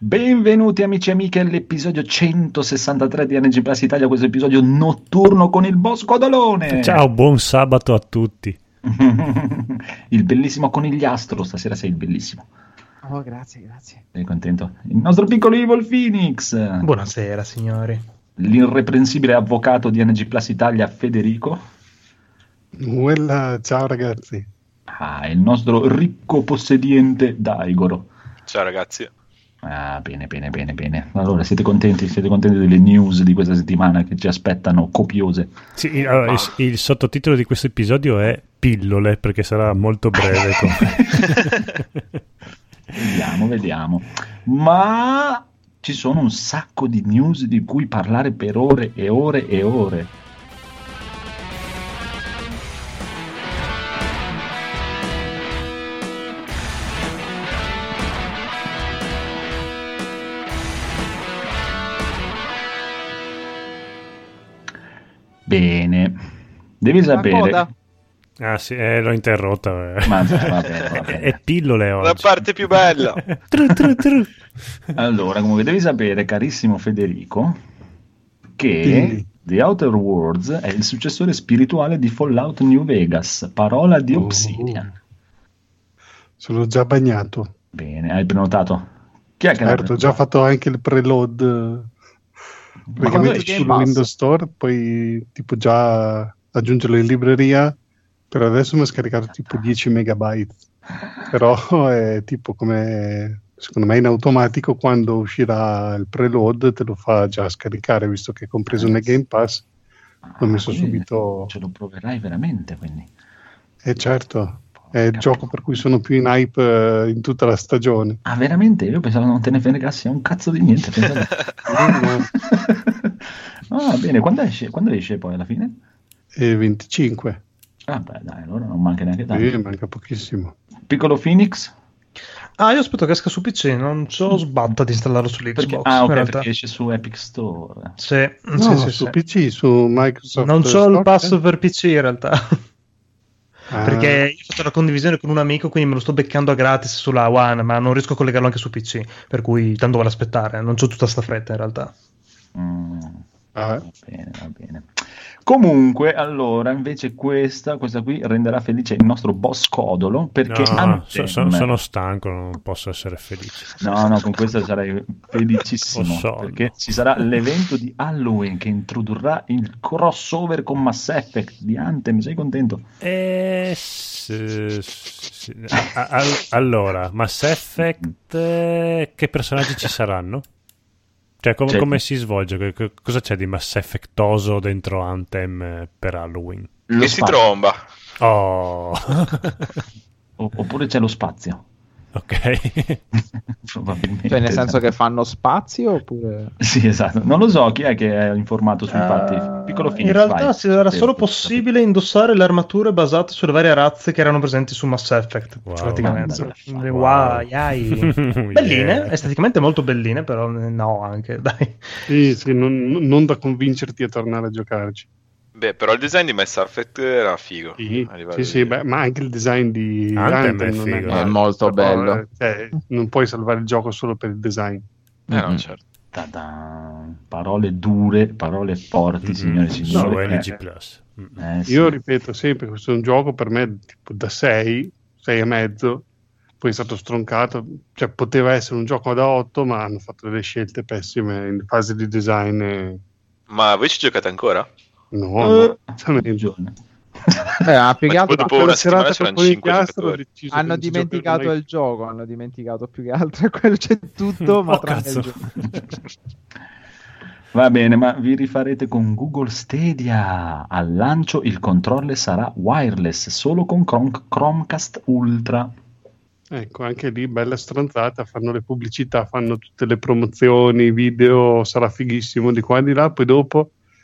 Benvenuti amici e amiche all'episodio 163 di NG Plus Italia, questo episodio notturno con il boss Codolone. Ciao, buon sabato a tutti. Il bellissimo conigliastro, stasera sei il bellissimo. Oh, grazie. Sei contento? Il nostro piccolo Evil Phoenix. Buonasera signori. L'irreprensibile avvocato di NG Plus Italia Federico. Ciao ragazzi. Il nostro ricco possediente Daigoro. Ciao ragazzi. Bene. Allora, siete contenti delle news di questa settimana che ci aspettano copiose? Sì, allora, il sottotitolo di questo episodio è Pillole, perché sarà molto breve. Vediamo. Ma ci sono un sacco di news di cui parlare per ore e ore e ore. Bene. Devi sapere. Ah sì, l'ho interrotta. Ma va bene. È pillole oggi. La parte più bella. Allora, comunque devi sapere, carissimo Federico, che The Outer Worlds è il successore spirituale di Fallout New Vegas, parola di Obsidian. Sono già bagnato. Bene, hai prenotato? Chi è che certo, ho già fatto anche il preload. Praticamente sul Windows Store, poi tipo già aggiungerlo in libreria. Per adesso mi ha scaricato tipo 10 megabyte, però è tipo come, secondo me in automatico, quando uscirà il preload te lo fa già scaricare, visto che è compreso nel Game Pass. L'ho messo subito. Ce lo proverai veramente, quindi? Certo, è il gioco per cui sono più in hype in tutta la stagione. Ah, veramente? Io pensavo non te ne fregassi un cazzo di niente. Bene, quando esce poi alla fine? 25. Beh, dai, allora non manca neanche tanto. Sì, manca pochissimo. Piccolo Phoenix? Io aspetto che esca su PC, non c'ho sbatta di installarlo sull'Xbox. Perché esce su Epic Store. Sì, su PC, su Microsoft. Non c'ho il pass per PC in realtà. Perché io ho fatto la condivisione con un amico, quindi me lo sto beccando a gratis sulla One, ma non riesco a collegarlo anche su PC, per cui tanto vale aspettare, non c'ho tutta sta fretta in realtà. Va bene. Comunque, allora, invece questa qui renderà felice il nostro boss Codolo, perché sono stanco, non posso essere felice. No, con questa sarei felicissimo, perché ci sarà l'evento di Halloween che introdurrà il crossover con Mass Effect di Anthem. Sei contento? Sì. Allora, Mass Effect, che personaggi ci saranno? Cioè, come si svolge? Cosa c'è di Mass Effectoso dentro Anthem per Halloween? Che si tromba. Oppure c'è lo spazio. Ok. Probabilmente. Cioè, nel senso che fanno spazio oppure... Sì, esatto. Non lo so chi è che è informato sui fatti. Piccolo Phoenix, in realtà era solo possibile indossare le armature basate sulle varie razze che erano presenti su Mass Effect. Praticamente. Belline, esteticamente molto belline, però no, anche, dai. Sì, non da convincerti a tornare a giocarci. Beh, però il design di Mass Effect era figo. Sì, ma anche il design di Anthem è figo. È molto bello. Non puoi salvare il gioco solo per il design. No, certo. Parole dure, parole forti, signore e signori. NG Plus. Sì. Io ripeto sempre, questo è un gioco per me tipo da 6 e mezzo, poi è stato stroncato, cioè poteva essere un gioco da 8, ma hanno fatto delle scelte pessime in fase di design. Ma voi ci giocate ancora? No, giorno. Più che altro dopo una settimana c'erano 5 giocatori. Hanno dimenticato il gioco, hanno dimenticato più che altro quello, c'è tutto, ma tranne il gioco. Va bene, ma vi rifarete con Google Stadia. Al lancio il controller sarà wireless solo con Chromecast Ultra. Ecco, anche lì bella stronzata, fanno le pubblicità, fanno tutte le promozioni, video, sarà fighissimo di qua e di là, poi dopo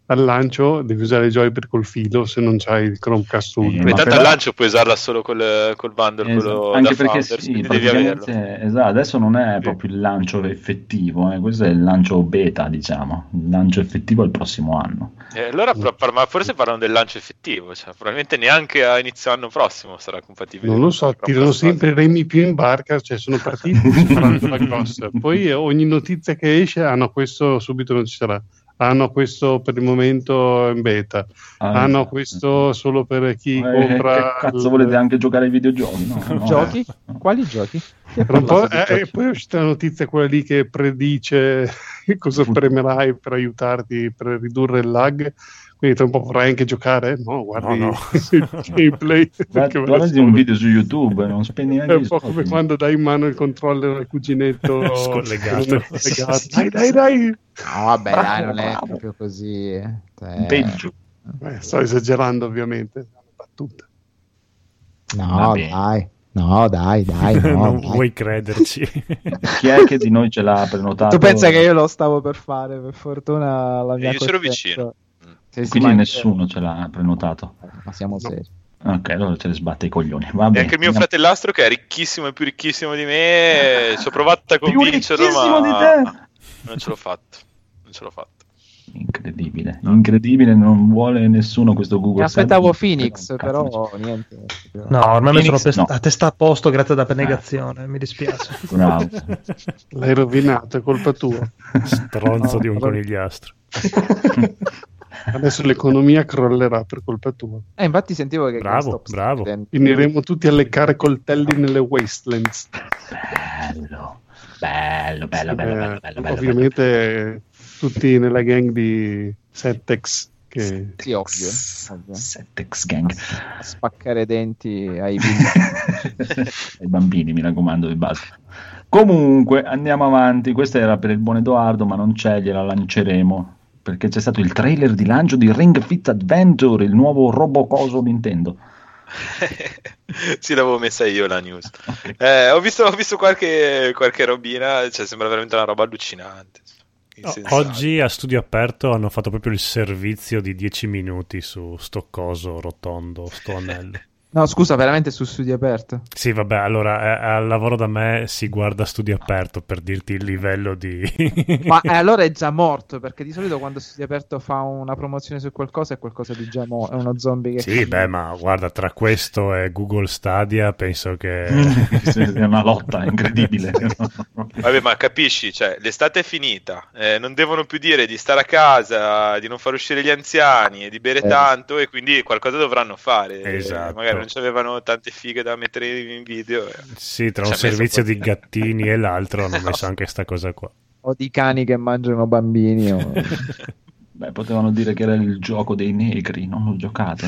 al lancio devi usare il joypad col filo se non c'hai il Chromecast Ultra. Beh, tanto al lancio puoi usarla solo col bundle, quello anche da perché Founders, sì, quindi devi averlo. esatto, adesso non è proprio il lancio effettivo, questo è il lancio beta, diciamo. Il lancio effettivo è il prossimo anno. Allora ma forse parlano del lancio effettivo, cioè probabilmente neanche a inizio anno prossimo sarà compatibile. Non lo so, tirano sempre i remi più in barca, cioè sono partiti sparando la grossa, poi ogni notizia che esce questo subito non ci sarà. Questo per il momento in beta, questo solo per chi compra. Che cazzo volete anche giocare ai videogiochi? No. Giochi? Quali giochi? E poi è uscita la notizia quella lì che predice cosa premerai per aiutarti per ridurre il lag. Quindi tra un po' vorrai anche giocare? No, guardi il gameplay. Guardi un video su YouTube, non spendi neanche. È un po' come quando dai in mano il controller al cuginetto scollegato. Dai. No, vabbè, dai, non è proprio così. Peggio. Sto esagerando, ovviamente. Battuta. No, dai. Non vuoi crederci. Chi è che di noi ce l'ha prenotato? Tu pensa che io lo stavo per fare? Per fortuna la mia io c'ero vicino. Quindi nessuno ce l'ha prenotato. Ma siamo seri. Ok, allora ce le sbatte i coglioni. E anche il mio fratellastro, che è ricchissimo e più ricchissimo di me, ci ho provato a convincerlo, ma di te. non ce l'ho fatto. Incredibile, non vuole nessuno questo Google. Mi aspettavo Phoenix, però niente. No, ormai mi sono a testa a posto grazie alla negazione, mi dispiace. Bravo. L'hai rovinato, è colpa tua. Stronzo di un conigliastro. Adesso l'economia crollerà per colpa tua. Infatti sentivo che bravo. Finiremo tutti a leccare coltelli nelle wastelands. Bello. Ovviamente tutti nella gang di Settex. Sì, ovvio. Settex gang. A spaccare denti ai bambini, mi raccomando, vi basta. Comunque andiamo avanti. Questa era per il buon Edoardo, ma non c'è, gliela lanceremo perché c'è stato il trailer di lancio di Ring Fit Adventure, il nuovo robocoso Nintendo. Sì, l'avevo messa io la news. Okay. Ho visto qualche robina, cioè sembra veramente una roba allucinante. Oggi a Studio Aperto hanno fatto proprio il servizio di 10 minuti su sto coso rotondo, sto anello. No, scusa, veramente su Studio Aperto? Sì, vabbè, allora al lavoro da me si guarda Studio Aperto per dirti il livello di... Ma allora è già morto, perché di solito quando Studio Aperto fa una promozione su qualcosa è qualcosa di già morto, è uno zombie che... Sì, beh, ma guarda, tra questo e Google Stadia penso che... è una lotta incredibile. Vabbè, ma capisci, cioè, l'estate è finita, non devono più dire di stare a casa, di non far uscire gli anziani e di bere tanto, e quindi qualcosa dovranno fare. Esatto. Magari non c'avevano tante fighe da mettere in video. Sì, tra un servizio di gattini e l'altro hanno messo anche sta cosa qua. O di cani che mangiano bambini. Beh, potevano dire che era il gioco dei negri, non lo giocate.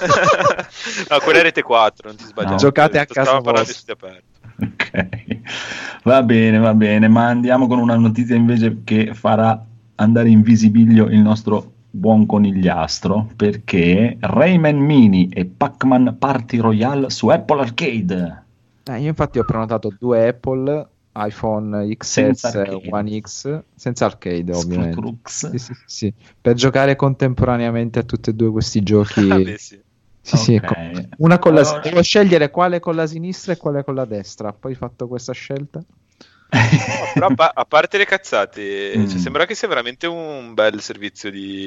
No, quella è Rete 4, non ti sbagliare. No. Giocate a casa vostra. Ok, va bene, ma andiamo con una notizia invece che farà andare in visibilio il nostro buon conigliastro, perché Rayman Mini e Pac-Man Party Royale su Apple Arcade. Io infatti ho prenotato 2 Apple, iPhone XS, One X, senza arcade ovviamente. Sì, per giocare contemporaneamente a tutti e due questi giochi. Sì, okay. Una con la devo scegliere quale con la sinistra e quale con la destra. Poi fatto questa scelta. Però a parte le cazzate, cioè, sembra che sia veramente un bel servizio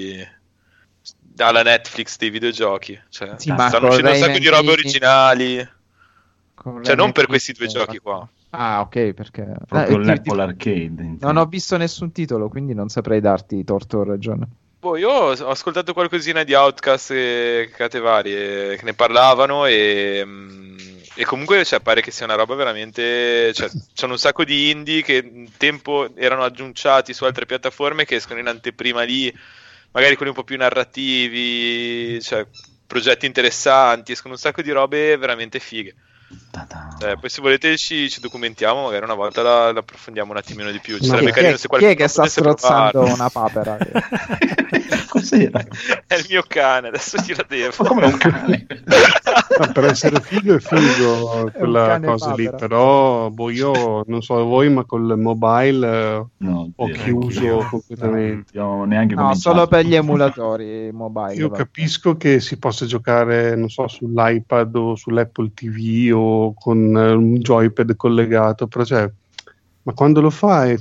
alla Netflix dei videogiochi, cioè, sì, stanno uscendo un sacco di robe originali, cioè non per questi 2 giochi qua. Ah, ok, perché proprio l'Apple Arcade. Non ho visto nessun titolo, quindi non saprei darti torto o ragione. Io ho ascoltato qualcosina di Outcast e cate varie che ne parlavano, e comunque cioè, pare che sia una roba veramente, cioè, c'hanno un sacco di indie che un tempo erano aggiunciati su altre piattaforme che escono in anteprima lì, magari quelli un po' più narrativi, cioè progetti interessanti, escono un sacco di robe veramente fighe. Poi se volete ci documentiamo, magari una volta la approfondiamo un attimino di più. Sarebbe carino se chi è che sta strozzando una papera? Cos'era? È il mio cane, adesso gliela devo. Ma come un cane? Per essere figo è figo quella cosa lì, però io non so voi, ma col mobile ho chiuso completamente. Neanche solo per gli emulatori mobile. Io capisco che si possa giocare, non so, sull'iPad o sull'Apple TV o con un joypad collegato, però ma quando lo fai,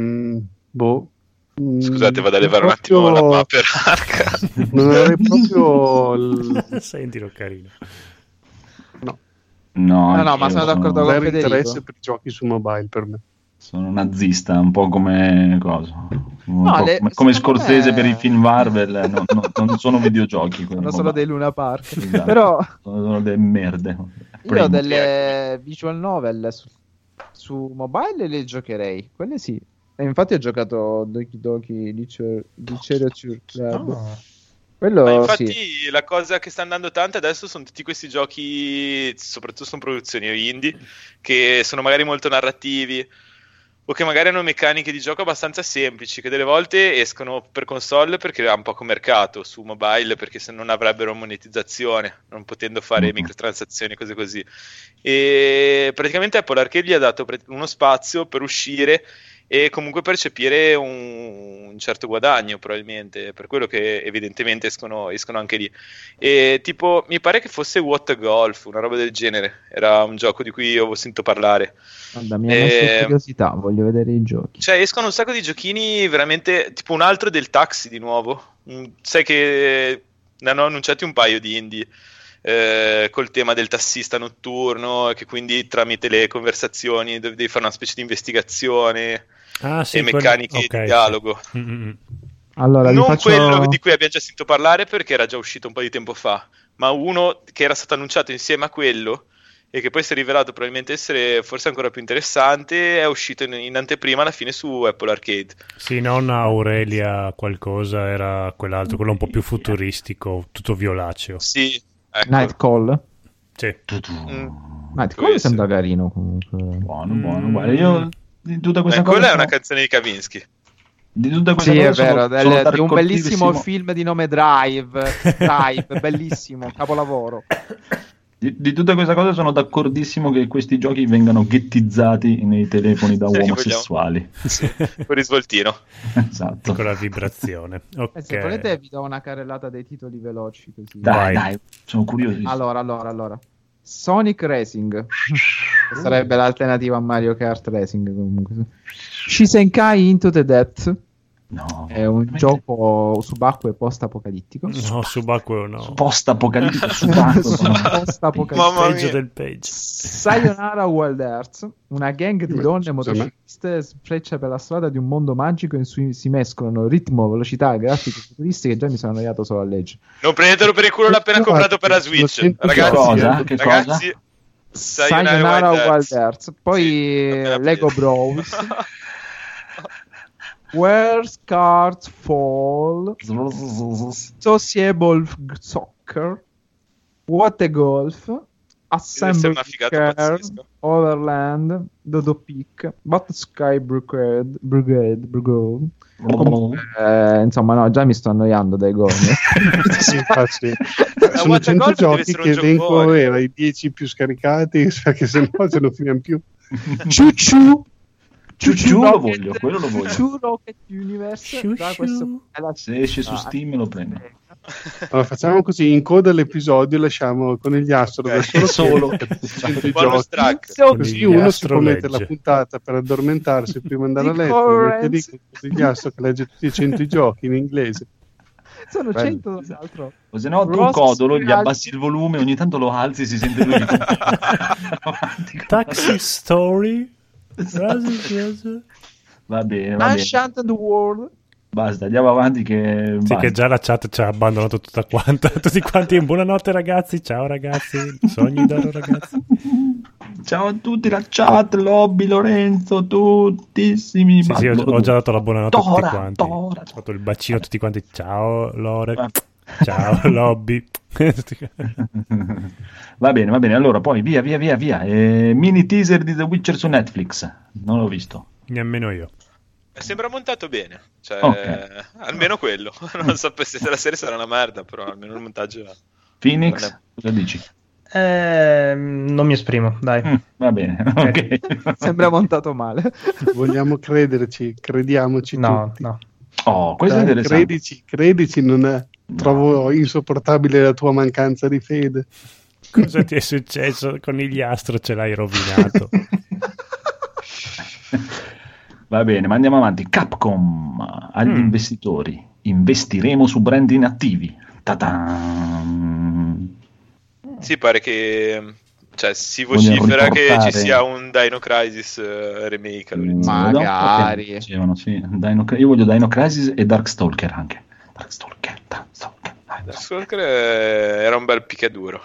Scusate, vado a levare un attimo la Paper Arc. Non avrei proprio sentilo carino. No, ma sono d'accordo con Federico. Interesse per giochi su mobile per me. Sono nazista, un po' come cosa? Come Scorsese per i film Marvel, non sono videogiochi. Sono solo dei Luna Park. Esatto. Però sono solo delle merde. Io delle visual novel su mobile le giocherei, quelle sì. E infatti ho giocato Doki Doki Literature Club. Quello, ma infatti sì. La cosa che sta andando tanto adesso sono tutti questi giochi, soprattutto sono produzioni indie, che sono magari molto narrativi o che magari hanno meccaniche di gioco abbastanza semplici, che delle volte escono per console perché ha un poco mercato, su mobile perché se non avrebbero monetizzazione, non potendo fare microtransazioni e cose così. E praticamente Apple Arcade gli ha dato uno spazio per uscire e comunque percepire un certo guadagno, probabilmente, per quello che evidentemente escono anche lì. E tipo, mi pare che fosse What Golf, una roba del genere, era un gioco di cui ho sentito parlare. Guarda, mi ha messo curiosità, voglio vedere i giochi. Cioè, escono un sacco di giochini veramente, tipo un altro del taxi di nuovo. Sai che ne hanno annunciati un paio di indie. Col tema del tassista notturno, che quindi tramite le conversazioni devi fare una specie di investigazione e meccaniche di dialogo. Allora, non quello di cui abbiamo già sentito parlare perché era già uscito un po' di tempo fa, ma uno che era stato annunciato insieme a quello e che poi si è rivelato probabilmente essere forse ancora più interessante, è uscito in anteprima alla fine su Apple Arcade. Sì, non Aurelia qualcosa, era quell'altro, quello un po' più futuristico, tutto violaceo. Sì. Ecco. Nightcall? Sì. Nightcall sembra carino comunque. Buono. Guarda, io di tutta questa cosa. Quella è una canzone di Kavinsky. Di tutta questa sì, cosa è vero, di un bellissimo film di nome Drive, bellissimo, capolavoro. Di tutta questa cosa sono d'accordissimo che questi giochi vengano ghettizzati nei telefoni da omosessuali. Sì, con risvoltino. Esatto. Con la vibrazione. Okay. Se volete vi do una carrellata dei titoli veloci così. Dai, sono curioso. Allora. Sonic Racing. Sarebbe l'alternativa a Mario Kart Racing comunque. Shisenkai Into the Depths. No, è un gioco subacqueo e post-apocalittico. No, subacqueo no. Post-apocalittico subacqueo. Peggio del peggio. Sayonara Wild Earth, una gang di donne motocicliste sfreccia per la strada di un mondo magico in cui si mescolano ritmo, velocità, grafiche futuristiche. Già mi sono annoiato solo a leggere. Non prendetelo per il culo, l'ho appena comprato per la Switch. Ragazzi, Sayonara Wild Earth. Poi Lego Bros. Where Cards Fall, Sociable Soccer, What a Golf, Assembly Care, Overland, Dodo Peak, But Sky Brigade. Insomma, no, già mi sto annoiando dai gol. Sì, infatti. Sono 100 giochi che vengono avere i 10 più scaricati, perché se no se non finiamo più. Ciuciu lo voglio, quello lo voglio. Ciuciu Rocket Universe. Se esce su Steam lo prendo. Allora facciamo così, in coda all'episodio lasciamo Conigliastro da solo 100 giochi, così uno si può mettere la puntata per addormentarsi prima di andare a letto, mette lì Conigliastro che legge tutti i 100 giochi in inglese. Sono 100 d'altro. O se no tu Codolo gli abbassi il volume, ogni tanto lo alzi, si sente lui. Taxi Story. Va bene. Enchanted World. Basta, andiamo avanti che già la chat ci ha abbandonato tutta quanta. Tutti quanti buonanotte ragazzi, ciao ragazzi, sogni d'oro ragazzi. Ciao a tutti, la chat, Lobby, Lorenzo, tuttissimi. Sì, ho già dato la buonanotte a tutti quanti. Ho fatto il bacino a tutti quanti. Ciao Lore. Ciao Lobby. Va bene, allora poi via. Mini teaser di The Witcher su Netflix. Non l'ho visto. Nemmeno io. Sembra montato bene, cioè, Okay. almeno quello. Non so se la serie sarà una merda, però almeno il montaggio è... Phoenix, cosa dici? Non mi esprimo, dai. Va bene, ok. Sembra montato male. Vogliamo crederci, crediamoci tutti. No. Oh, questo è interessante. Credici, trovo insopportabile la tua mancanza di fede. Cosa ti è successo? Conigliastro ce l'hai rovinato. Va bene, ma andiamo avanti. Capcom agli investitori. Investiremo su brand inattivi. Ta-tan. Sì, pare che... Cioè, si vocifera che ci sia un Dino Crisis remake all'orizzonte. Magari. Dicevano, sì. Io voglio Dino Crisis e Darkstalker anche. Darkstalker. Darkstalker era un bel picchiaduro.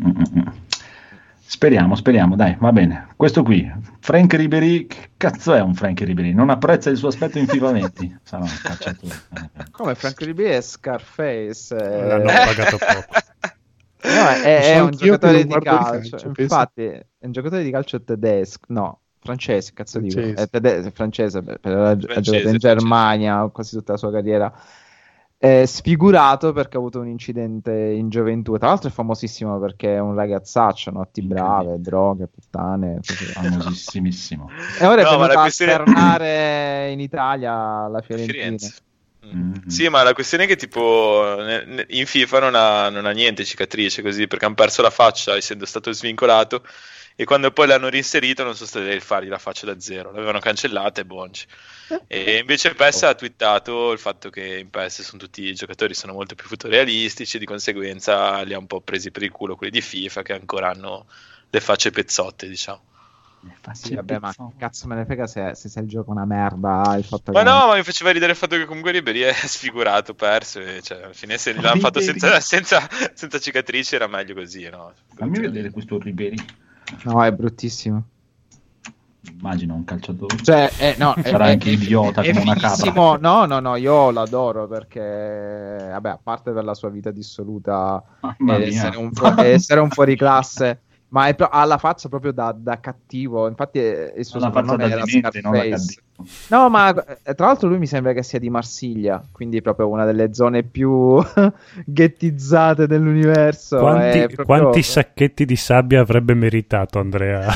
Speriamo, dai, va bene. Questo qui, Frank Ribery, che cazzo è un Frank Ribery? Non apprezza il suo aspetto in FIFA 20? Sarà un calciatore. Come Frank Ribery è Scarface. L'hanno pagato poco. No, è un giocatore di calcio. calcio, Infatti, è un giocatore di calcio tedesco. No, francese, cazzo dico. Francese. È francese, ha giocato in Germania quasi tutta la sua carriera. È sfigurato perché ha avuto un incidente in gioventù. Tra l'altro è famosissimo perché è un ragazzaccio, notti brave, droghe, puttane. Famosissimissimo. E ora è No, ma venuto la a questione- sternare in Italia alla Fiorentina. Firenze. Sì, ma la questione è che tipo in FIFA non ha niente cicatrice così, perché hanno perso la faccia essendo stato svincolato, e quando poi l'hanno reinserito non sono stati a fargli la faccia da zero, l'avevano cancellata e bonci. E invece PES ha twittato il fatto che in PES tutti i giocatori sono molto più fotorealistici, e di conseguenza li ha un po' presi per il culo quelli di FIFA che ancora hanno le facce pezzotte, diciamo. Sì, vabbè, ma cazzo me ne frega se il gioco è una merda. Il fatto Ma che no, ma mi faceva ridere il fatto che comunque Ribery è sfigurato, perso, e cioè alla fine se l'hanno fatto senza cicatrici era meglio così, no? Fammi vedere questo Ribery. No, è bruttissimo. Immagino un calciatore. Cioè, no, sarà anche idiota come una fighissimo. capra. No, io l'adoro perché, vabbè, a parte per la sua vita dissoluta ed essere un fuoriclasse, ma ha la faccia proprio da cattivo. Infatti il suo soprannome era Scarface. No, ma tra l'altro lui mi sembra che sia di Marsiglia, quindi proprio una delle zone più ghettizzate dell'universo. Quanti sacchetti di sabbia avrebbe meritato Andrea?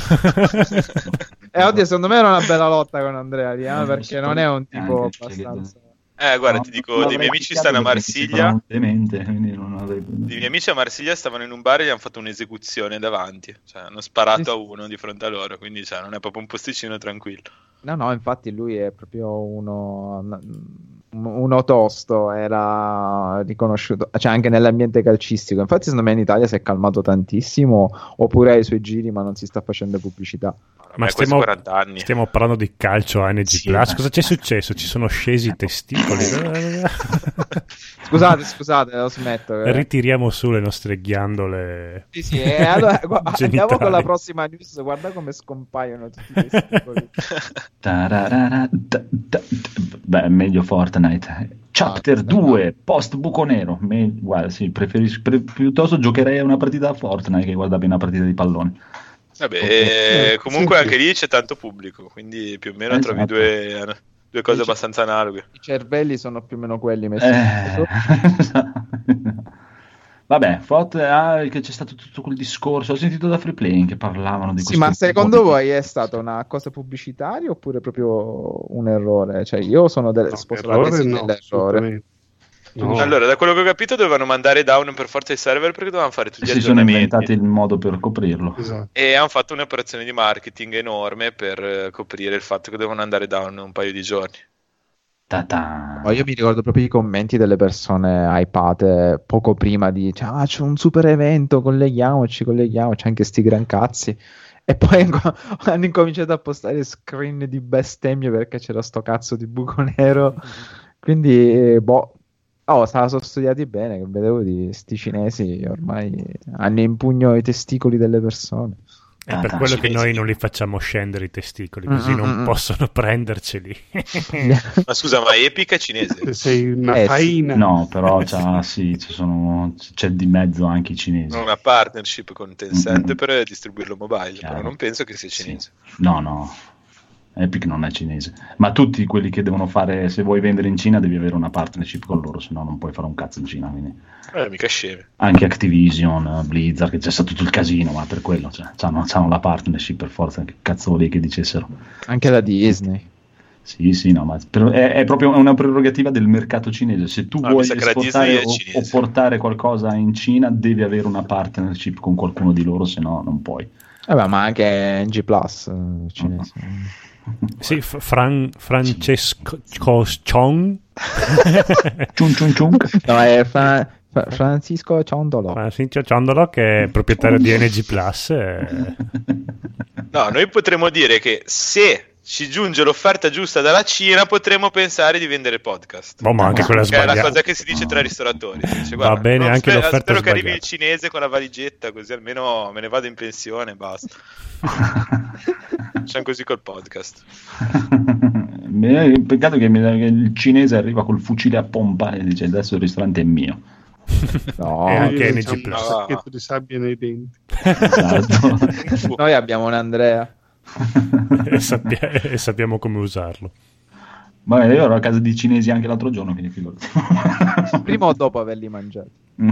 Oddio, secondo me era una bella lotta con Andrea lì, perché non è un tipo abbastanza... Guarda, ti dico, dei miei amici stanno a Marsiglia. Dei miei amici a Marsiglia stavano in un bar e gli hanno fatto un'esecuzione davanti. Cioè, hanno sparato a uno di fronte a loro. Quindi, cioè, non è proprio un posticino tranquillo. No, infatti lui è proprio uno tosto, era riconosciuto, cioè anche nell'ambiente calcistico. Infatti secondo me in Italia si è calmato tantissimo, oppure ai suoi giri, ma non si sta facendo pubblicità. Ma stiamo parlando di calcio a NG sì, Plus. Cosa c'è successo? Ci sono scesi i testicoli? Scusate, lo smetto. Ritiriamo su le nostre ghiandole. Sì, allora andiamo con la prossima news. Guarda come scompaiono tutti i testicoli. Beh, meglio Fortnite. Chapter 2 post buco nero. Guarda, sì, piuttosto giocherei a una partita a Fortnite che guardavi una partita di pallone. Vabbè, comunque anche lì c'è tanto pubblico, quindi più o meno trovi due cose abbastanza analoghe. I cervelli sono più o meno quelli messi. Vabbè, che c'è stato tutto quel discorso. Ho sentito da Free Playing che parlavano di questo. Sì, ma secondo voi è stata una cosa pubblicitaria oppure proprio un errore? Cioè, io sono sposo la tesi dell'errore. No. Allora, da quello che ho capito dovevano mandare down per forza i server perché dovevano fare tutti gli aggiornamenti. Si sono inventati il modo per coprirlo. Esatto. E hanno fatto un'operazione di marketing enorme per coprire il fatto che dovevano andare down un paio di giorni. Io mi ricordo proprio i commenti delle persone hypate poco prima di c'è un super evento, colleghiamoci, anche sti gran cazzi. E poi hanno incominciato a postare screen di bestemmie perché c'era sto cazzo di buco nero. Quindi, sono studiati bene, che vedevo di sti cinesi ormai hanno in pugno i testicoli delle persone. È per quello che noi non li facciamo scendere i testicoli, così non possono prenderceli. Ma scusa, ma Epic è cinese? Sei una faina. No, però c'è di mezzo anche i cinesi. Una partnership con Tencent per distribuirlo mobile, però non penso che sia cinese. No. Epic non è cinese, ma tutti quelli che devono fare, se vuoi vendere in Cina devi avere una partnership con loro, se no non puoi fare un cazzo in Cina. Quindi. Mica scemi. Anche Activision, Blizzard, che c'è stato tutto il casino, ma per quello c'hanno la partnership per forza, che cazzo vuoi che dicessero. Anche la Disney. Sì, no, ma è proprio una prerogativa del mercato cinese. Se tu vuoi esportare o portare qualcosa in Cina, devi avere una partnership con qualcuno di loro, se no non puoi. Ma anche NG Plus cinese. Sì, Francesco Chong. No, è Francisco Ciondolo. Francisco Ciondolo, che è proprietario di NG Plus. No, noi potremmo dire che se ci giunge l'offerta giusta dalla Cina, potremmo pensare di vendere podcast. Ma anche quella sbagliata. È la cosa che si dice tra ristoratori. Dice, va bene anche l'offerta spero sbagliata. che arrivi il cinese con la valigetta, così almeno me ne vado in pensione e basta. Facciamo così col podcast. Peccato che il cinese arriva col fucile a pompa e dice adesso il ristorante è mio. No, e anche NG Plus. Un sacchetto di sabbia nei denti. Esatto. Noi abbiamo un Andrea. e sappiamo come usarlo. Vabbè, io ero a casa di cinesi anche l'altro giorno, quindi figurati. Prima o dopo averli mangiati?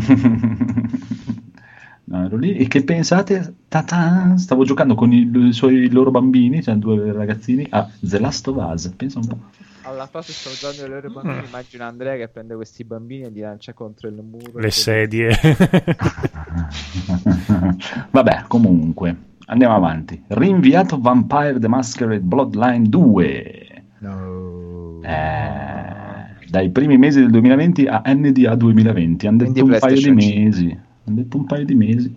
No, ero lì. E che pensate? Stavo giocando con i loro bambini, cioè 2 ragazzini, a The Last of Us. Pensa un po'. Alla fase stavo giocando con i loro bambini. Immagino Andrea che prende questi bambini e li lancia contro il muro. Le sedie. Vabbè, comunque. Andiamo avanti. Rinviato Vampire the Masquerade Bloodline 2. No. Dai primi mesi del 2020 a NDA 2020. Hanno detto un paio di mesi.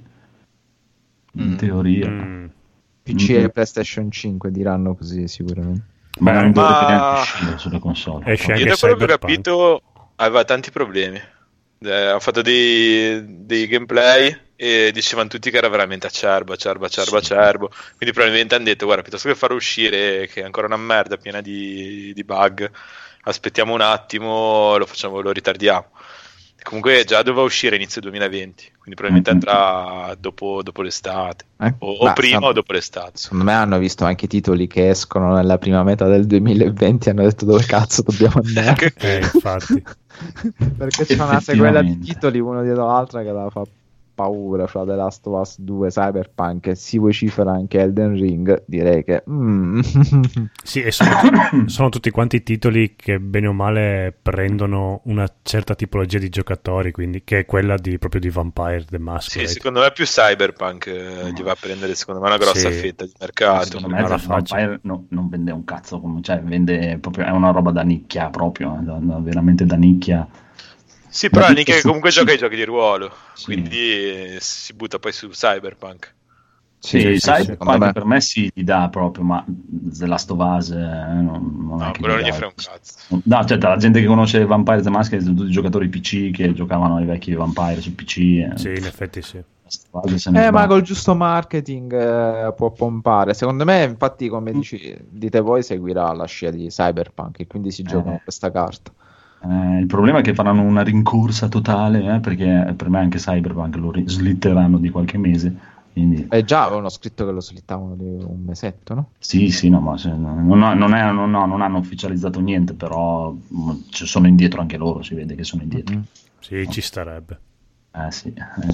In teoria. PC e PlayStation 5 diranno così sicuramente. Ma non dovrebbe neanche uscire sulle console. Io da quello che ho capito aveva tanti problemi. Ha fatto dei gameplay e dicevano tutti che era veramente acerbo. Quindi probabilmente hanno detto, guarda, piuttosto che farlo uscire, che è ancora una merda piena di bug, aspettiamo un attimo, lo ritardiamo. Comunque già doveva uscire inizio 2020, quindi probabilmente andrà dopo l'estate, o prima o dopo l'estate. Secondo me hanno visto anche i titoli che escono nella prima metà del 2020 e hanno detto dove cazzo dobbiamo andare. Infatti. Perché c'è una sequela di titoli uno dietro l'altra che la fa paura, fra The Last of Us 2, Cyberpunk e si vocifera anche Elden Ring, direi che sì, e sono tutti quanti titoli che bene o male prendono una certa tipologia di giocatori, quindi che è quella proprio di Vampire the Masquerade. Sì, secondo me più Cyberpunk gli va a prendere secondo me una grossa fetta di mercato. Secondo me Vampire non vende un cazzo, cioè vende proprio, è una roba da nicchia proprio, veramente da nicchia. Sì, però è che comunque gioca ai giochi di ruolo, quindi si butta poi su Cyberpunk. Sì, Cyberpunk per me si gli dà proprio, ma The Last of Us non è che quello non gli frega un cazzo. No, cioè la gente che conosce Vampire the Masquerade sono tutti giocatori PC che giocavano ai vecchi Vampire su PC. Sì, in effetti sì. Ma col giusto marketing può pompare. Secondo me, infatti, come dite voi, seguirà la scia di Cyberpunk e quindi si gioca questa carta. Il problema è che faranno una rincorsa totale, perché per me anche Cyberpunk lo slitteranno di qualche mese. Quindi... già avevano scritto che lo slittavano di un mesetto, no? Sì, no, ma non hanno ufficializzato niente, però sono indietro anche loro, si vede che sono indietro. Sì, ci starebbe. Sì.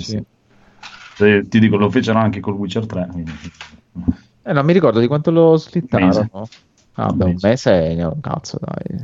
Ti dico, lo fecero anche col Witcher 3. Quindi... non mi ricordo di quanto lo slittarono. Un mese, cazzo, dai.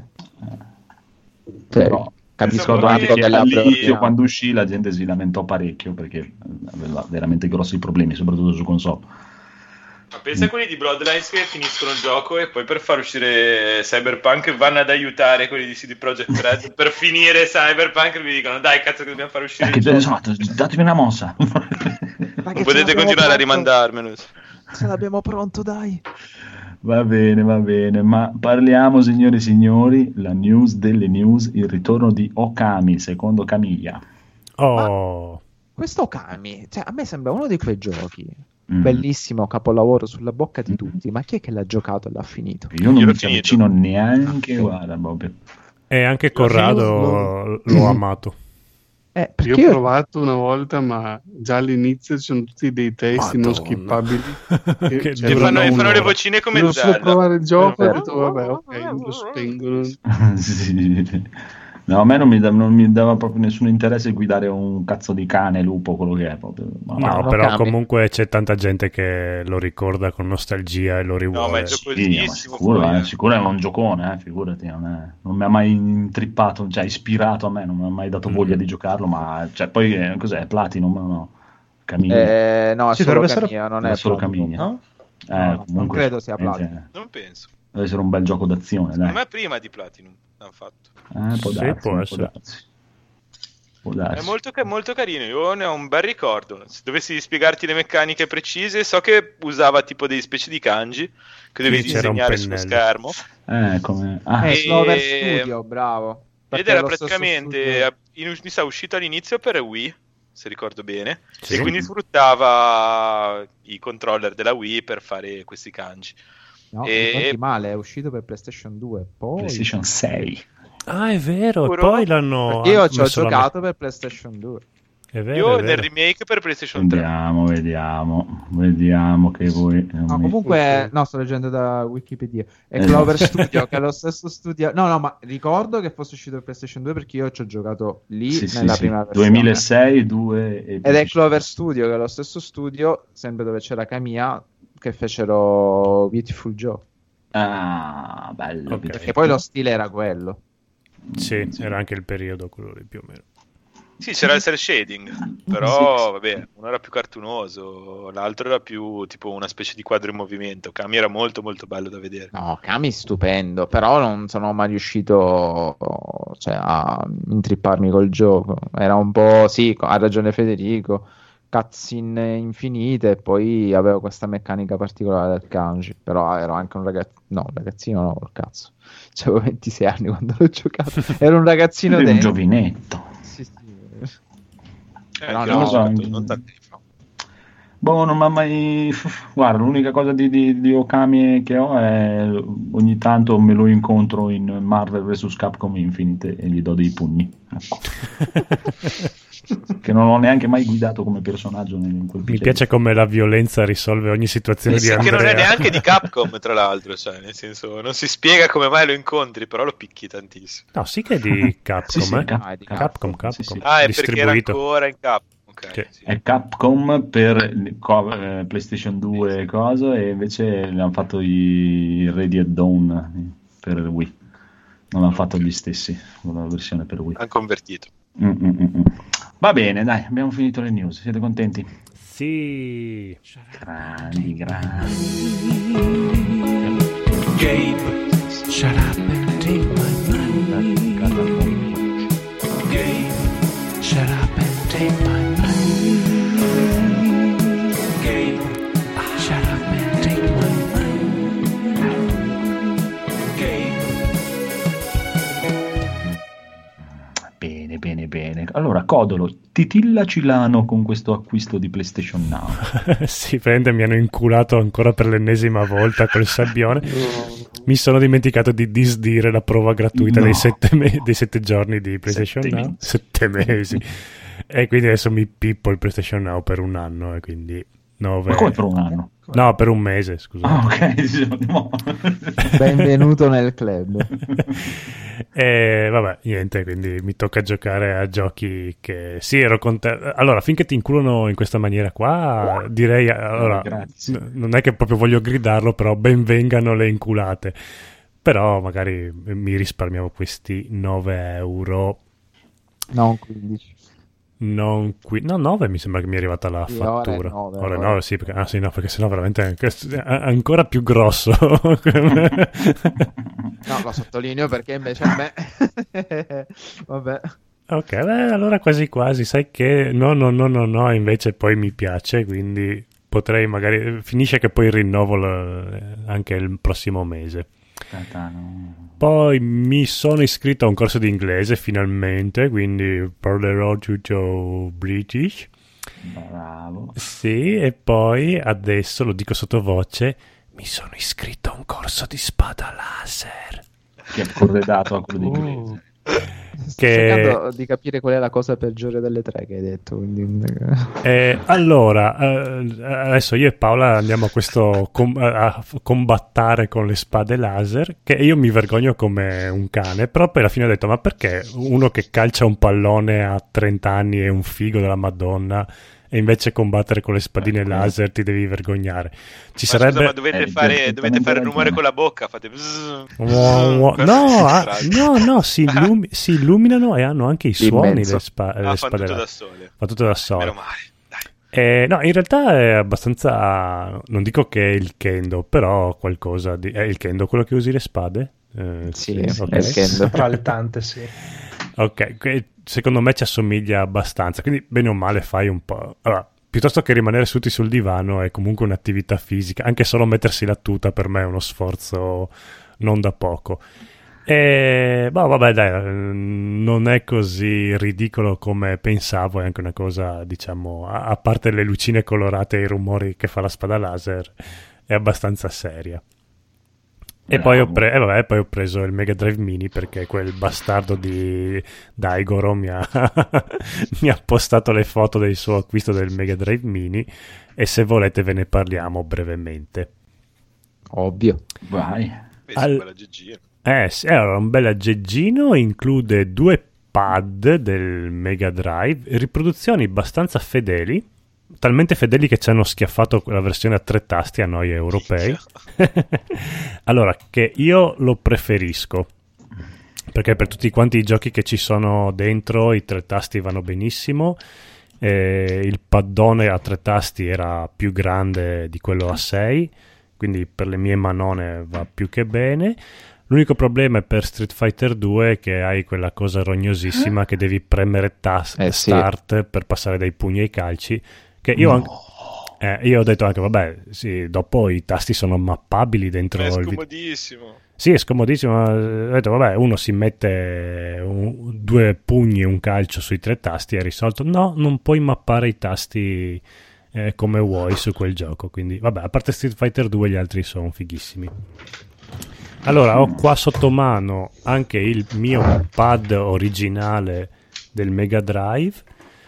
Però capisco che all'inizio, quando uscì, la gente si lamentò parecchio perché aveva veramente grossi problemi, soprattutto su console. Ma pensa a quelli di Bloodlines che finiscono il gioco e poi per far uscire Cyberpunk vanno ad aiutare quelli di CD Projekt Red per finire Cyberpunk e vi dicono dai cazzo che dobbiamo far uscire il gioco. Esatto, datemi una mossa. Non potete continuare a rimandarmelo. Ce l'abbiamo pronto, dai. Va bene, ma parliamo, signori e signori, la news delle news, il ritorno di Okami, secondo Camilla. Ma questo Okami, cioè, a me sembra uno di quei giochi, bellissimo, capolavoro sulla bocca di tutti, ma chi è che l'ha giocato e l'ha finito? Io non mi ci avvicino neanche, guarda, proprio. E anche Corrado l'ho amato. Io ho provato una volta, ma già all'inizio ci sono tutti dei testi non skippabili. Che fanno le vocine come Zelda. Devo solo provare il gioco e ho detto, vabbè, ok, lo spengono. Sì. No, a me non mi dava proprio nessun interesse guidare un cazzo di cane, lupo, quello che è proprio. No, però comunque c'è tanta gente che lo ricorda con nostalgia e lo rivuole. No, ma è giocosissimo. Sicuro è un giocone, figurati. Non mi ha mai intrippato, cioè ispirato a me, non mi ha mai dato voglia di giocarlo, ma cioè, poi cos'è? Platinum? No. Camiglia. No, sì, dovrebbe essere non è solo Camiglia. No? Comunque, non credo sia Platinum. Non penso. Deve essere un bel gioco d'azione, dai. A me prima di Platinum l'hanno fatto. Può darsi. È molto carino, io ne ho un bel ricordo. Se dovessi spiegarti le meccaniche precise, so che usava tipo dei specie di kanji che dovevi disegnare sullo schermo. Clover Studio, bravo. Ed era praticamente mi sa uscito all'inizio per Wii, se ricordo bene, e quindi sfruttava i controller della Wii per fare questi kanji. No, male, è uscito per PlayStation 2, poi PlayStation 6. Ah, è vero, poi l'hanno... Io ci ho giocato per PlayStation 2. È vero, nel remake per PlayStation 3. Vediamo che voi... comunque, sto leggendo da Wikipedia. È Clover Studio, che è lo stesso studio... No, ma ricordo che fosse uscito per PlayStation 2 perché io ci ho giocato lì nella prima versione. 2006, 2... Ed è Clover Studio, che è lo stesso studio, sempre dove c'era Kamiya, che fecero Beautiful Joe. Ah, bello. Okay. Perché poi lo stile era quello. Sì, era anche il periodo quello lì più o meno. Sì, c'era il cel shading, però vabbè, uno era più cartunoso, l'altro era più tipo una specie di quadro in movimento. Kami era molto molto bello da vedere. No, Kami stupendo, però non sono mai riuscito a intripparmi col gioco. Era un po', ha ragione Federico, cutscene infinite e poi avevo questa meccanica particolare del kanji, però ero anche un ragazzino no, col cazzo. C'avevo 26 anni quando l'ho giocato, ero un ragazzino un giovinetto. Non tanti fa. Non mi ha mai... Guarda, l'unica cosa di Okami che ho è ogni tanto me lo incontro in Marvel vs Capcom Infinite e gli do dei pugni, ecco. Che non ho neanche mai guidato come personaggio in quel Mi piace come la violenza risolve ogni situazione di Andrea. Che non è neanche di Capcom, tra l'altro, cioè nel senso non si spiega come mai lo incontri, però lo picchi tantissimo. No, sì che è di Capcom, è di Capcom. Sì. Ah, è perché era ancora in Capcom. Okay, sì. È Capcom per PlayStation 2 e cosa, e invece hanno fatto i Radiant Dawn per Wii. Non hanno fatto gli stessi con la versione per Wii. Hanno convertito. Va bene, dai, abbiamo finito le news. Siete contenti? Sì. Grandi. Gabe, shut up and take my money. Gabe, shut up and take my money. Gabe, shut up and take my money. Gabe. Bene. Allora, Codolo, titillaci l'ano con questo acquisto di PlayStation Now. Sì, mi hanno inculato ancora per l'ennesima volta col sabbione. Mi sono dimenticato di disdire la prova gratuita dei 7 giorni di PlayStation Now. 7 mesi. E quindi adesso mi pippo il PlayStation Now per un anno, e quindi 9. Ma come per un anno? No, per un mese, scusa. Ah, ok. Benvenuto nel club. E vabbè, niente, quindi mi tocca giocare a giochi che sì, ero contento. Allora, finché ti inculano in questa maniera qua, direi, allora, non è che proprio voglio gridarlo, però ben vengano le inculate. Però magari mi risparmiamo questi 9 euro. Non 15. No, 9 mi sembra che mi è arrivata la fattura. Ora 9, sì, perché sennò veramente è ancora più grosso. No, lo sottolineo perché invece a me vabbè. Ok, allora quasi sai che no, invece poi mi piace, quindi potrei magari finisce che poi rinnovo anche il prossimo mese. Poi mi sono iscritto a un corso di inglese finalmente, quindi parlerò tutto British. Bravo. Sì, e poi adesso lo dico sottovoce, mi sono iscritto a un corso di spada laser. Che è corredato a quello di inglese. Sto cercando di capire qual è la cosa peggiore delle tre che hai detto. Quindi... allora, adesso io e Paola andiamo a combattare con le spade laser, che io mi vergogno come un cane, però poi alla fine ho detto, ma perché uno che calcia un pallone a 30 anni è un figo della Madonna, e invece combattere con le spadine laser ti devi vergognare? Ma dovete fare il rumore con la bocca, fate no, si illuminano e hanno anche i suoni le spade laser. Fa tutto da sole. Meno male, dai. No, in realtà è abbastanza, non dico che è il kendo, però qualcosa di... È il kendo quello che usi le spade? Sì, okay. È il kendo. Tra le tante, sì. Ok, secondo me ci assomiglia abbastanza, quindi bene o male fai un po'... Allora, piuttosto che rimanere seduti sul divano è comunque un'attività fisica, anche solo mettersi la tuta per me è uno sforzo non da poco. Vabbè, dai, non è così ridicolo come pensavo, è anche una cosa, diciamo, a parte le lucine colorate e i rumori che fa la spada laser, è abbastanza seria. E poi ho preso il Mega Drive Mini perché quel bastardo di Daigoro mi ha postato le foto del suo acquisto del Mega Drive Mini, e se volete ve ne parliamo brevemente. Ovvio. Vai. Un bel aggeggino. Sì, allora, un bel aggeggino, include 2 pad del Mega Drive, riproduzioni abbastanza fedeli, talmente fedeli che ci hanno schiaffato la versione a 3 tasti a noi europei. Allora, che io lo preferisco perché per tutti quanti i giochi che ci sono dentro i 3 tasti vanno benissimo. Il paddone a 3 tasti era più grande di quello a 6, quindi per le mie manone va più che bene. L'unico problema è per Street Fighter 2 che hai quella cosa rognosissima che devi premere start per passare dai pugni ai calci, che io io ho detto anche, vabbè, sì, dopo i tasti sono mappabili dentro è scomodissimo. Sì, è scomodissimo. Ho detto, vabbè, uno si mette 2 pugni e un calcio sui 3 tasti e è risolto. No, non puoi mappare i tasti come vuoi su quel gioco, quindi vabbè, a parte Street Fighter 2 gli altri sono fighissimi. Allora, ho qua sotto mano anche il mio pad originale del Mega Drive,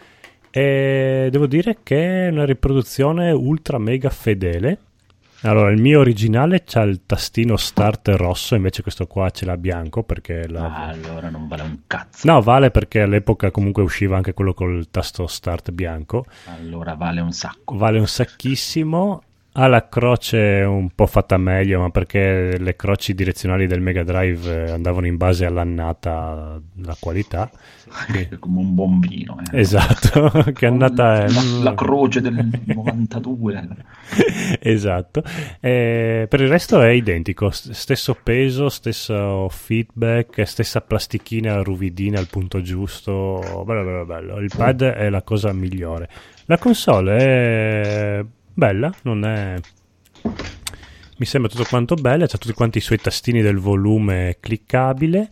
e devo dire che è una riproduzione ultra mega fedele. Allora, il mio originale c'ha il tastino start rosso, invece questo qua ce l'ha bianco perché allora non vale un cazzo. No, vale perché all'epoca comunque usciva anche quello col tasto start bianco. Allora vale un sacco. Vale un sacchissimo. Ha la croce un po' fatta meglio, ma perché le croci direzionali del Mega Drive andavano in base all'annata, la qualità. Come un buon vino. Esatto, che annata è? La croce del 92. Esatto. Per il resto è identico, stesso peso, stesso feedback, stessa plastichina ruvidina al punto giusto. Bello. Il pad è la cosa migliore. La console è bella, non è... mi sembra tutto quanto bella, c'ha tutti quanti i suoi tastini del volume cliccabile,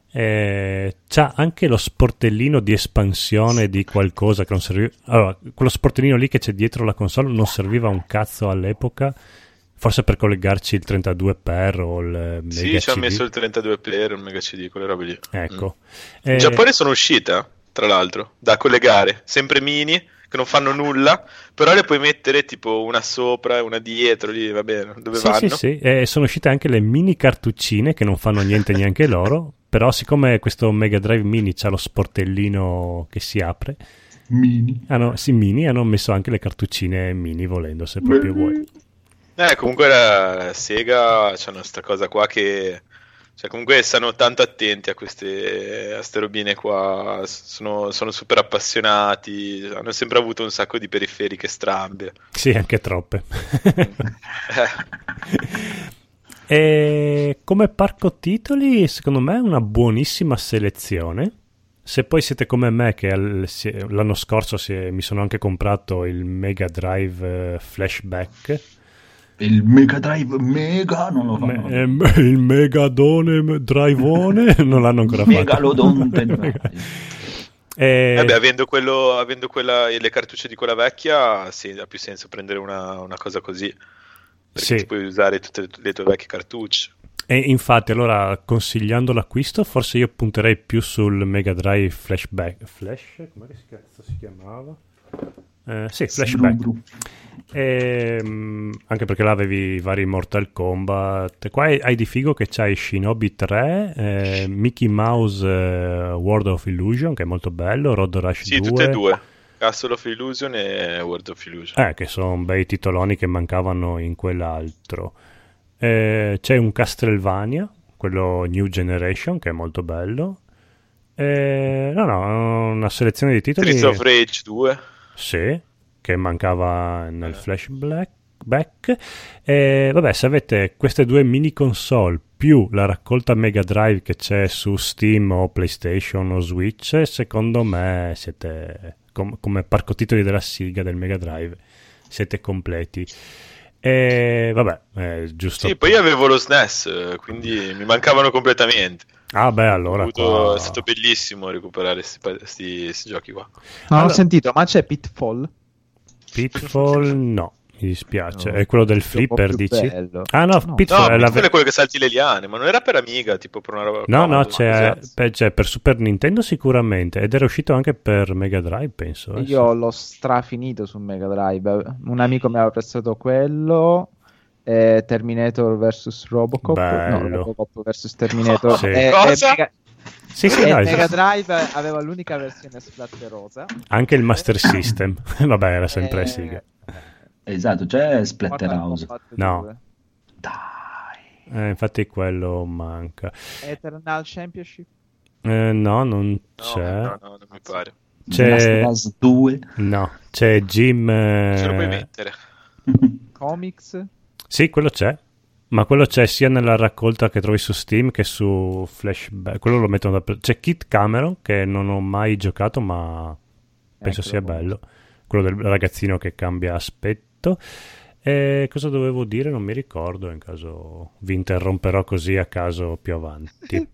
c'ha anche lo sportellino di espansione di qualcosa che non serviva. Allora, quello sportellino lì che c'è dietro la console non serviva un cazzo all'epoca, forse per collegarci il 32x o il Mega sì, ci ha CD. messo il 32 player, il Mega CD, quelle robe lì. Ecco. In Giappone sono uscite, tra l'altro, da collegare, sempre mini, che non fanno nulla, però le puoi mettere tipo una sopra e una dietro, lì va bene, dove vanno? Sì, sono uscite anche le mini cartuccine che non fanno niente neanche loro, però siccome questo Mega Drive Mini c'ha lo sportellino che si apre, mini, hanno messo anche le cartuccine mini volendo, se proprio vuoi. Comunque la Sega c'hanno sta cosa qua che... Cioè, comunque stanno tanto attenti a queste robine qua, sono super appassionati, hanno sempre avuto un sacco di periferiche strambe. Sì, anche troppe. E come parco titoli, secondo me è una buonissima selezione. Se poi siete come me, che l'anno scorso mi sono anche comprato il Mega Drive Flashback. Il Mega Drive Mega non lo fanno. Il Megadone Driveone non l'hanno ancora fatto. Megalodonte. Vabbè, avendo le cartucce di quella vecchia, sì, ha più senso prendere una cosa così, perché sì, puoi usare tutte le tue vecchie cartucce. E infatti, allora, consigliando l'acquisto, forse io punterei più sul Mega Drive Flashback. Flash? Com'è che si chiamava? Sì, Flashback. Anche perché là avevi vari Mortal Kombat. Qua hai di figo che c'hai Shinobi 3, Mickey Mouse World of Illusion, che è molto bello, Road Rush 2. Sì, tutte e due, Castle of Illusion e World of Illusion. Che sono bei titoloni che mancavano in quell'altro. C'è un Castlevania, quello New Generation, che è molto bello. Una selezione di titoli. Streets of Rage 2. Sì, che mancava nel flashback. Vabbè, se avete queste due mini console più la raccolta Mega Drive che c'è su Steam o PlayStation o Switch, secondo me siete come parco titoli della Sega del Mega Drive, siete completi. Vabbè, giusto. Sì, poi avevo lo SNES, quindi mi mancavano completamente. Allora È stato bellissimo recuperare questi giochi qua. Non ho sentito, ma c'è Pitfall? Pitfall no, mi dispiace. È quello del flipper, dici? Bello. No, Pitfall Pitfall è quello che salti le liane, ma non era per Amiga, tipo per una roba. No, c'è per Super Nintendo sicuramente, ed era uscito anche per Mega Drive, penso. Io l'ho strafinito su Mega Drive. Un amico mi aveva prestato quello. Terminator vs Robocop. Bello. No, Robocop vs Terminator. Sì. Cosa? Sì, Mega Drive aveva l'unica versione splatterosa. Anche il Master System. Vabbè, era sempre Sega. Esatto, c'è Splatterhouse. No. Dai. Infatti quello manca. Eternal Championship? No, non c'è. No, non mi pare. C'è Last of Us 2. No, c'è Jim. Ce lo puoi mettere. Comics? Sì, quello c'è. Ma quello c'è sia nella raccolta che trovi su Steam che su Flashback. Quello lo mettono c'è Kit Cameron, che non ho mai giocato, ma penso sia bello. Quello del ragazzino che cambia aspetto. Cosa dovevo dire? Non mi ricordo, in caso vi interromperò così a caso più avanti.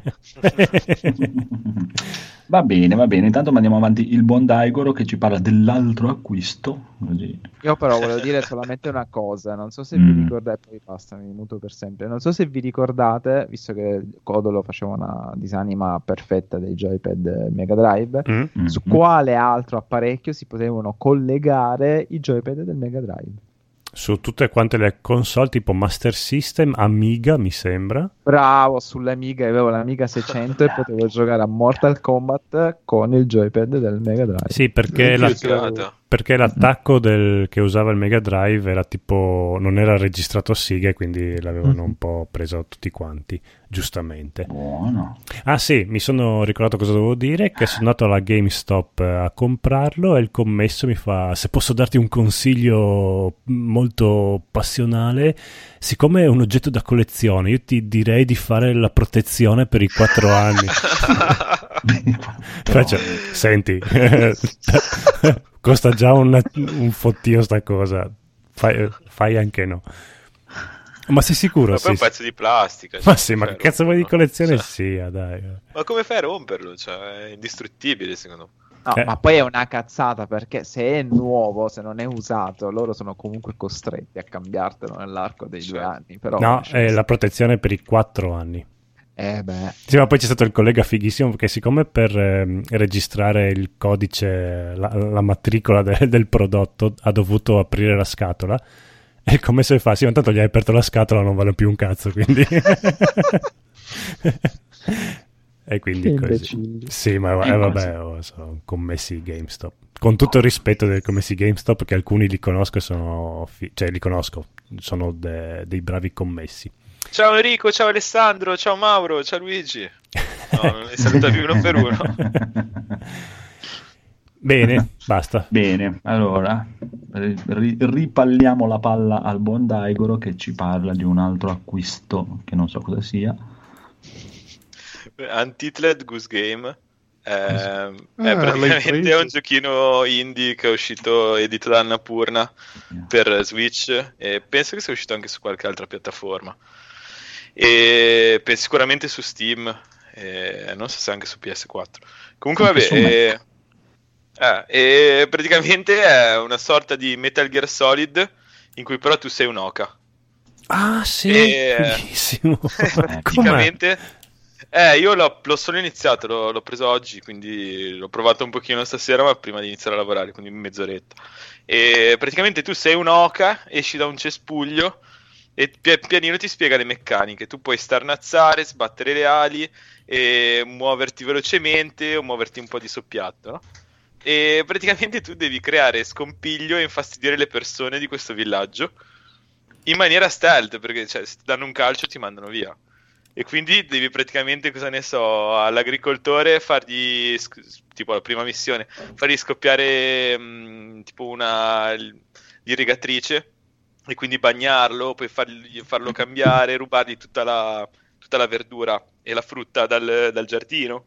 Va bene, intanto mandiamo avanti il buon Daigoro che ci parla dell'altro acquisto. Così. Io però volevo dire solamente una cosa, non so se vi ricordate, poi basta, mi muto per sempre, non so se vi ricordate, visto che Codolo faceva una disanima perfetta dei joypad Mega Drive, su quale altro apparecchio si potevano collegare i joypad del Mega Drive? Su tutte quante le console tipo Master System, Amiga mi sembra. Bravo, sull'Amiga avevo l'Amiga 600 e potevo giocare a Mortal Kombat con il joypad del Mega Drive. Sì, perché l'attacco che usava il Mega Drive era tipo, non era registrato a Sega, quindi l'avevano un po' preso tutti quanti, giustamente. Buono. Ah sì, mi sono ricordato cosa dovevo dire, che sono andato alla GameStop a comprarlo e il commesso mi fa: se posso darti un consiglio molto passionale, siccome è un oggetto da collezione, io ti direi di fare la protezione per i 4 anni. Senti, costa già un fottio sta cosa, fai anche no. Ma sei sicuro? Ma poi è un pezzo di plastica. Ma sì, ma che cazzo vuoi di collezione sia, dai. Ma come fai a romperlo? Cioè, è indistruttibile, secondo me. No, ma poi è una cazzata, perché se è nuovo, se non è usato, loro sono comunque costretti a cambiartelo nell'arco dei 2 anni. Però no, è la protezione per i 4 anni. Sì, ma poi c'è stato il collega fighissimo, perché siccome per registrare il codice, la matricola del prodotto, ha dovuto aprire la scatola. E come se fa? Sì, ma tanto gli hai aperto la scatola, non vale più un cazzo, quindi... E quindi così. Sì, ma vabbè, sono commessi GameStop. Con tutto il rispetto dei commessi GameStop, che alcuni li conosco e sono dei bravi commessi. Ciao Enrico, ciao Alessandro, ciao Mauro, ciao Luigi. No, non li saluta più uno per uno. Bene, basta. Bene, allora ripalliamo la palla al buon Daigoro che ci parla di un altro acquisto che non so cosa sia. Untitled Goose Game è praticamente un giochino indie che è uscito edito da Annapurna per Switch e penso che sia uscito anche su qualche altra piattaforma e sicuramente su Steam non so se anche su PS4. Comunque vabbè, e praticamente è una sorta di Metal Gear Solid in cui però tu sei un oca. Ah sì, bellissimo. Praticamente io l'ho solo iniziato, l'ho preso oggi, quindi l'ho provato un pochino stasera, ma prima di iniziare a lavorare, quindi mezz'oretta. E praticamente tu sei un'oca, esci da un cespuglio e pianino ti spiega le meccaniche. Tu puoi starnazzare, sbattere le ali e muoverti velocemente o muoverti un po' di soppiatto, no? E praticamente tu devi creare scompiglio e infastidire le persone di questo villaggio in maniera stealth, perché se ti danno un calcio ti mandano via. E quindi devi praticamente, cosa ne so, all'agricoltore fargli, tipo la prima missione, fargli scoppiare tipo una irrigatrice e quindi bagnarlo, poi farlo cambiare, rubargli tutta la verdura e la frutta dal giardino.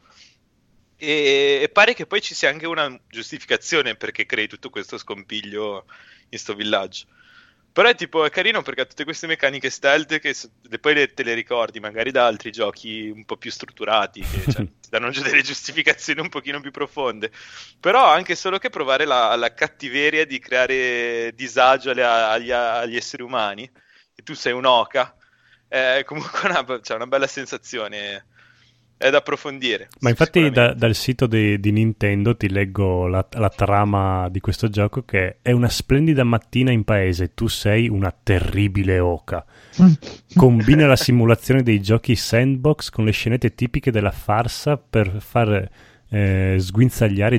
E pare che poi ci sia anche una giustificazione perché crei tutto questo scompiglio in sto villaggio. Però è carino perché ha tutte queste meccaniche stealth che poi te le ricordi magari da altri giochi un po' più strutturati, che ti danno già delle giustificazioni un pochino più profonde. Però anche solo che provare la cattiveria di creare disagio agli esseri umani, e tu sei un'oca, è comunque una bella sensazione. È da approfondire. Ma infatti dal sito di Nintendo ti leggo la trama di questo gioco, che è una splendida mattina in paese, tu sei una terribile oca. Combina la simulazione dei giochi sandbox con le scenette tipiche della farsa per far sguinzagliare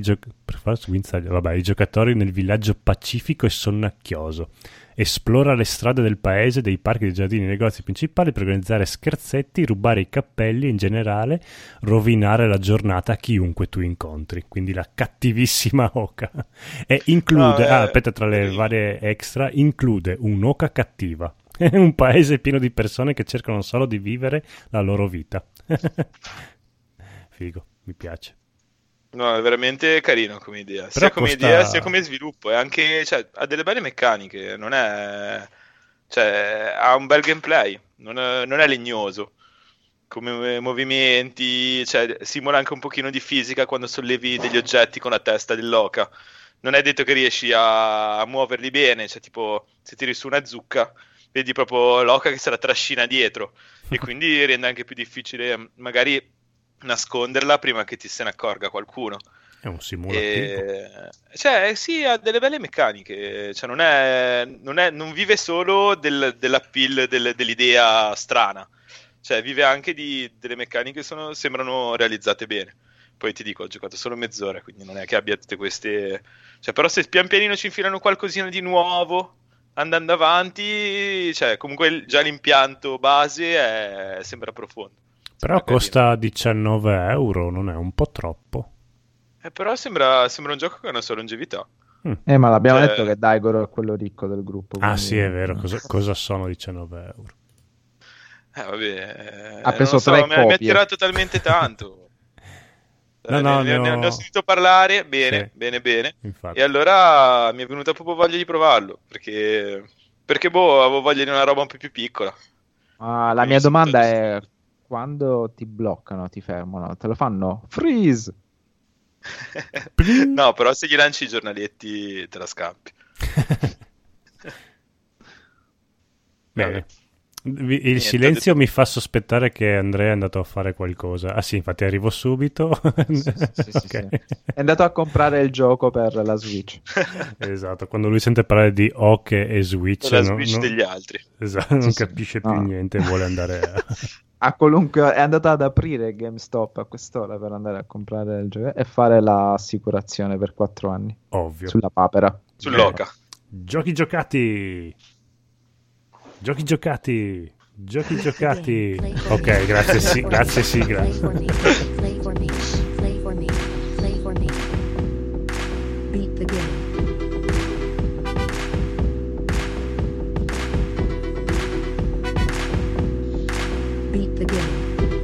i giocatori nel villaggio pacifico e sonnacchioso. Esplora le strade del paese, dei parchi, dei giardini, dei negozi principali per organizzare scherzetti, rubare i cappelli e in generale rovinare la giornata a chiunque tu incontri. Quindi la cattivissima oca. E include, aspetta, tra le varie extra, include un'oca cattiva. È un paese pieno di persone che cercano solo di vivere la loro vita. Figo, mi piace. No, è veramente carino come idea, sia come idea sia come sviluppo, e anche, ha delle belle meccaniche, non è, ha un bel gameplay, non è legnoso come movimenti, simula anche un pochino di fisica quando sollevi degli oggetti con la testa dell'oca. Non è detto che riesci a muoverli bene, tipo se tiri su una zucca vedi proprio l'oca che se la trascina dietro e quindi rende anche più difficile magari nasconderla prima che ti se ne accorga qualcuno. È un simulativo. Sì, ha delle belle meccaniche, non vive solo dell'appeal dell'idea strana, vive anche delle meccaniche che sembrano realizzate bene. Poi ti dico, ho giocato solo mezz'ora, quindi non è che abbia tutte queste, però se pian pianino ci infilano qualcosina di nuovo andando avanti, comunque già l'impianto base sembra profondo. Però costa 19 euro, non è un po' troppo? Però sembra un gioco che ha una sua longevità. Ma l'abbiamo detto che Daigoro è quello ricco del gruppo. Quindi... Ah sì, è vero. Cosa sono 19 euro? Vabbè. Ha preso 3 copie. Mi ha tirato talmente tanto. Ne ho sentito parlare bene. Infatti. E allora mi è venuta proprio voglia di provarlo. Perché avevo voglia di una roba un po' più piccola. La mia domanda è: quando ti bloccano, ti fermano, te lo fanno freeze? No, però se gli lanci i giornaletti te la scampi. Bene. Il silenzio mi fa sospettare che Andrea è andato a fare qualcosa. Ah sì, infatti arrivo subito. Sì. È andato a comprare il gioco per la Switch. Esatto, quando lui sente parlare di Oche e Switch, la Switch degli altri. Esatto, non capisce più niente, vuole andare a qualunque, è andato ad aprire GameStop a quest'ora per andare a comprare il gioco e fare l'assicurazione per 4 anni. Ovvio. Sulla papera. Sull'oca. Giochi giocati. Ok, grazie sigla. Beat the game. Beat the game.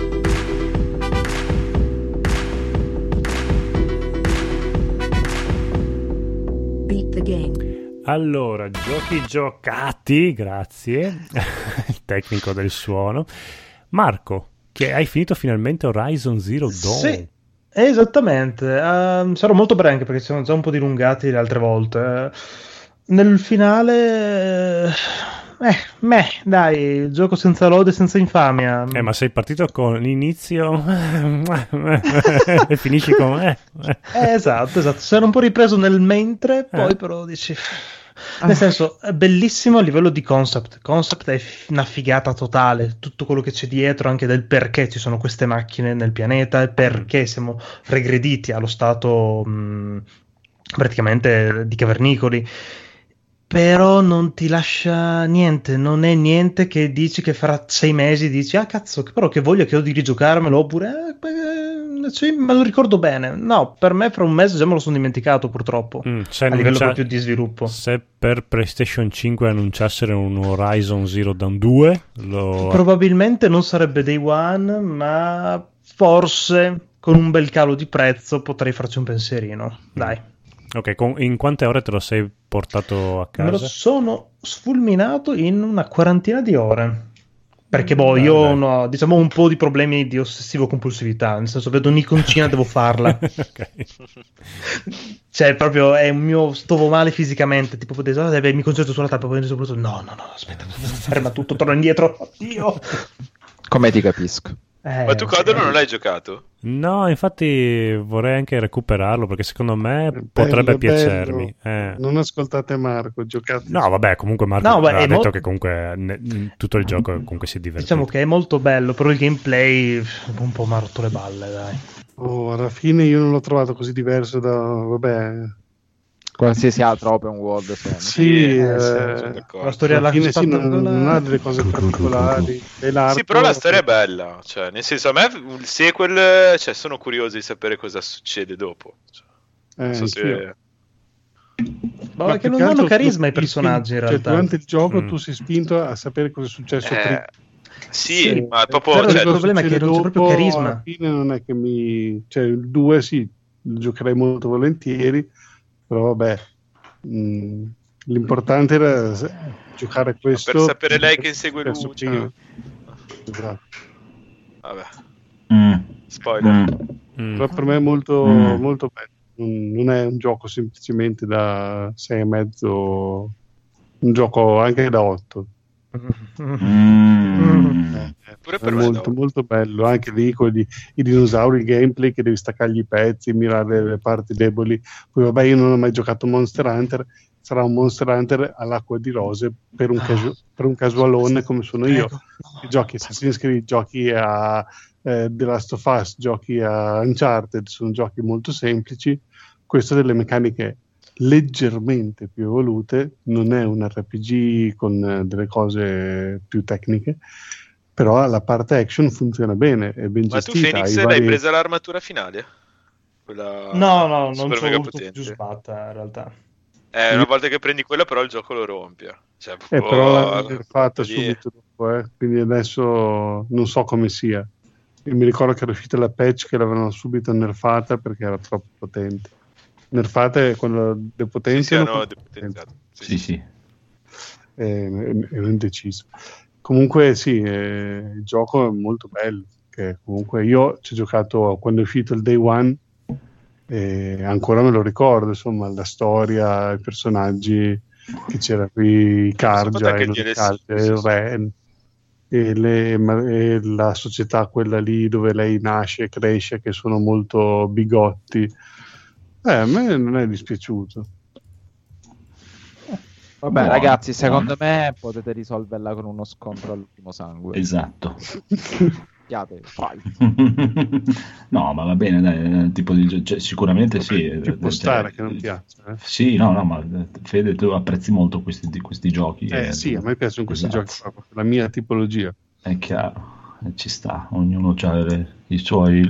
Beat the game. Allora, giochi giocati, grazie, il tecnico del suono. Marco, che hai finito finalmente Horizon Zero Dawn. Sì, esattamente. Sarò molto breve anche perché siamo già un po' dilungati le altre volte. Nel finale dai, il gioco senza lode e senza infamia. Ma sei partito con l'inizio e finisci con Esatto, si era un po' ripreso nel mentre, poi però dici... Nel senso, è bellissimo a livello di concept. Concept è una figata totale. Tutto quello che c'è dietro, anche del perché ci sono queste macchine nel pianeta e perché siamo regrediti allo stato praticamente di cavernicoli. Però non ti lascia niente, non è niente che dici che fra 6 mesi dici cazzo, però che voglia che ho di rigiocarmelo, oppure sì, me lo ricordo bene. No, per me fra un mese già me lo sono dimenticato purtroppo, a livello proprio di sviluppo. Se per PlayStation 5 annunciassero un Horizon Zero Dawn 2 probabilmente non sarebbe Day One, ma forse con un bel calo di prezzo potrei farci un pensierino, dai. Ok, in quante ore te lo sei portato a casa? Me lo sono sfulminato in una quarantina di ore. Perché io ho diciamo un po' di problemi di ossessivo compulsività, nel senso vedo un'iconcina devo farla. Okay. Cioè proprio è un mio stovo male fisicamente, tipo mi concentro sulla tappa, poi no, aspetta, ferma tutto, torno indietro, oddio. Come ti capisco. Ma tu Codolo non l'hai giocato? No, infatti vorrei anche recuperarlo perché secondo me potrebbe piacermi. Non ascoltate Marco, giocate. No, vabbè, comunque Marco ha detto che comunque tutto il gioco comunque si diverte. Diciamo che è molto bello, però il gameplay un po' mi ha rotto le balle, dai. Alla fine io non l'ho trovato così diverso da qualsiasi altro open world. La storia alla fine non ha delle cose particolari. Sì, però la storia è bella, cioè, nel senso, a me il sequel, cioè, sono curioso di sapere cosa succede dopo. Non so se... Ma che non hanno carisma i personaggi in realtà. Durante il gioco tu sei spinto a sapere cosa è successo prima. Sì, ma proprio il problema è che non c'è proprio carisma. Alla fine non è che il 2 sì, lo giocherei molto volentieri, però vabbè, l'importante era giocare questo per sapere lei che insegue Lucia. Esatto. Vabbè. Spoiler. Però per me è molto molto bello, non è un gioco semplicemente da 6,5, un gioco anche da 8. È molto molto bello, anche lì con i dinosauri, il gameplay che devi staccargli i pezzi, mirare le parti deboli. Poi vabbè, io non ho mai giocato Monster Hunter, sarà un Monster Hunter all'acqua di rose per un casualone come sono io. I giochi Assassin's Creed, giochi a The Last of Us, giochi a Uncharted, sono giochi molto semplici. Questo ha delle meccaniche leggermente più evolute, non è un RPG con delle cose più tecniche, però la parte action funziona bene, è ben gestita. Ma tu Phoenix l'hai presa l'armatura finale? Quella no, non c'ho avuto più sbatta in realtà. Una volta che prendi quella però il gioco lo rompie. Cioè, però l'hanno fatta subito dopo, quindi adesso non so come sia. Io mi ricordo che era uscita la patch che l'avevano subito nerfata perché era troppo potente. Nerfate quando depotenziano? Sì. Ero indeciso. Comunque sì, il gioco è molto bello, che comunque io ci ho giocato quando è uscito il Day One e ancora me lo ricordo, insomma, la storia, i personaggi che c'era qui, Karja, il re e la società quella lì dove lei nasce e cresce, che sono molto bigotti. A me non è dispiaciuto. Vabbè, ragazzi, secondo me potete risolverla con uno scontro all'ultimo sangue. Esatto. No, ma va bene, dai, tipo di sicuramente sì. Ci può stare che non piaccia. Sì, no, ma Fede, tu apprezzi molto questi giochi. Sì, a me piacciono questi giochi, la mia tipologia. È chiaro. Ci sta, ognuno ha le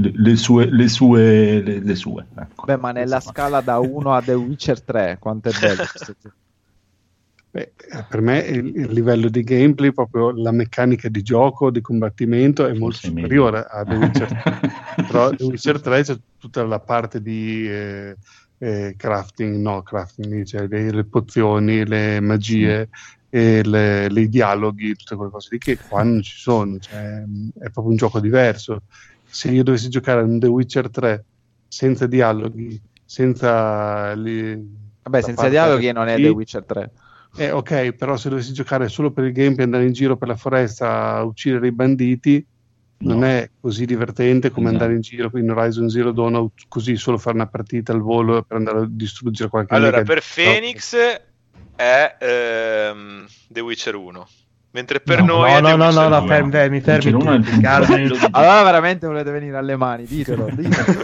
sue. Ecco. Beh, ma nella scala da 1 a The Witcher 3, quanto è bello questo gioco? Beh, per me il livello di gameplay, proprio la meccanica di gioco, di combattimento è molto superiore a The Witcher 3. Però The Witcher 3 c'è tutta la parte di crafting, cioè le pozioni, le magie e i dialoghi, tutte quelle cose lì che qua non ci sono, cioè, è proprio un gioco diverso. Se io dovessi giocare a un The Witcher 3 senza dialoghi, senza senza dialoghi non è The Witcher 3. Ok, però se dovessi giocare solo per il gameplay, andare in giro per la foresta a uccidere i banditi, non è così divertente come andare in giro in Horizon Zero Dawn, così solo fare una partita al volo per andare a distruggere qualche Allora, per Phoenix è The Witcher 1. Mentre per noi è The Witcher 2. mi fermi. Allora veramente volete venire alle mani, ditelo. No,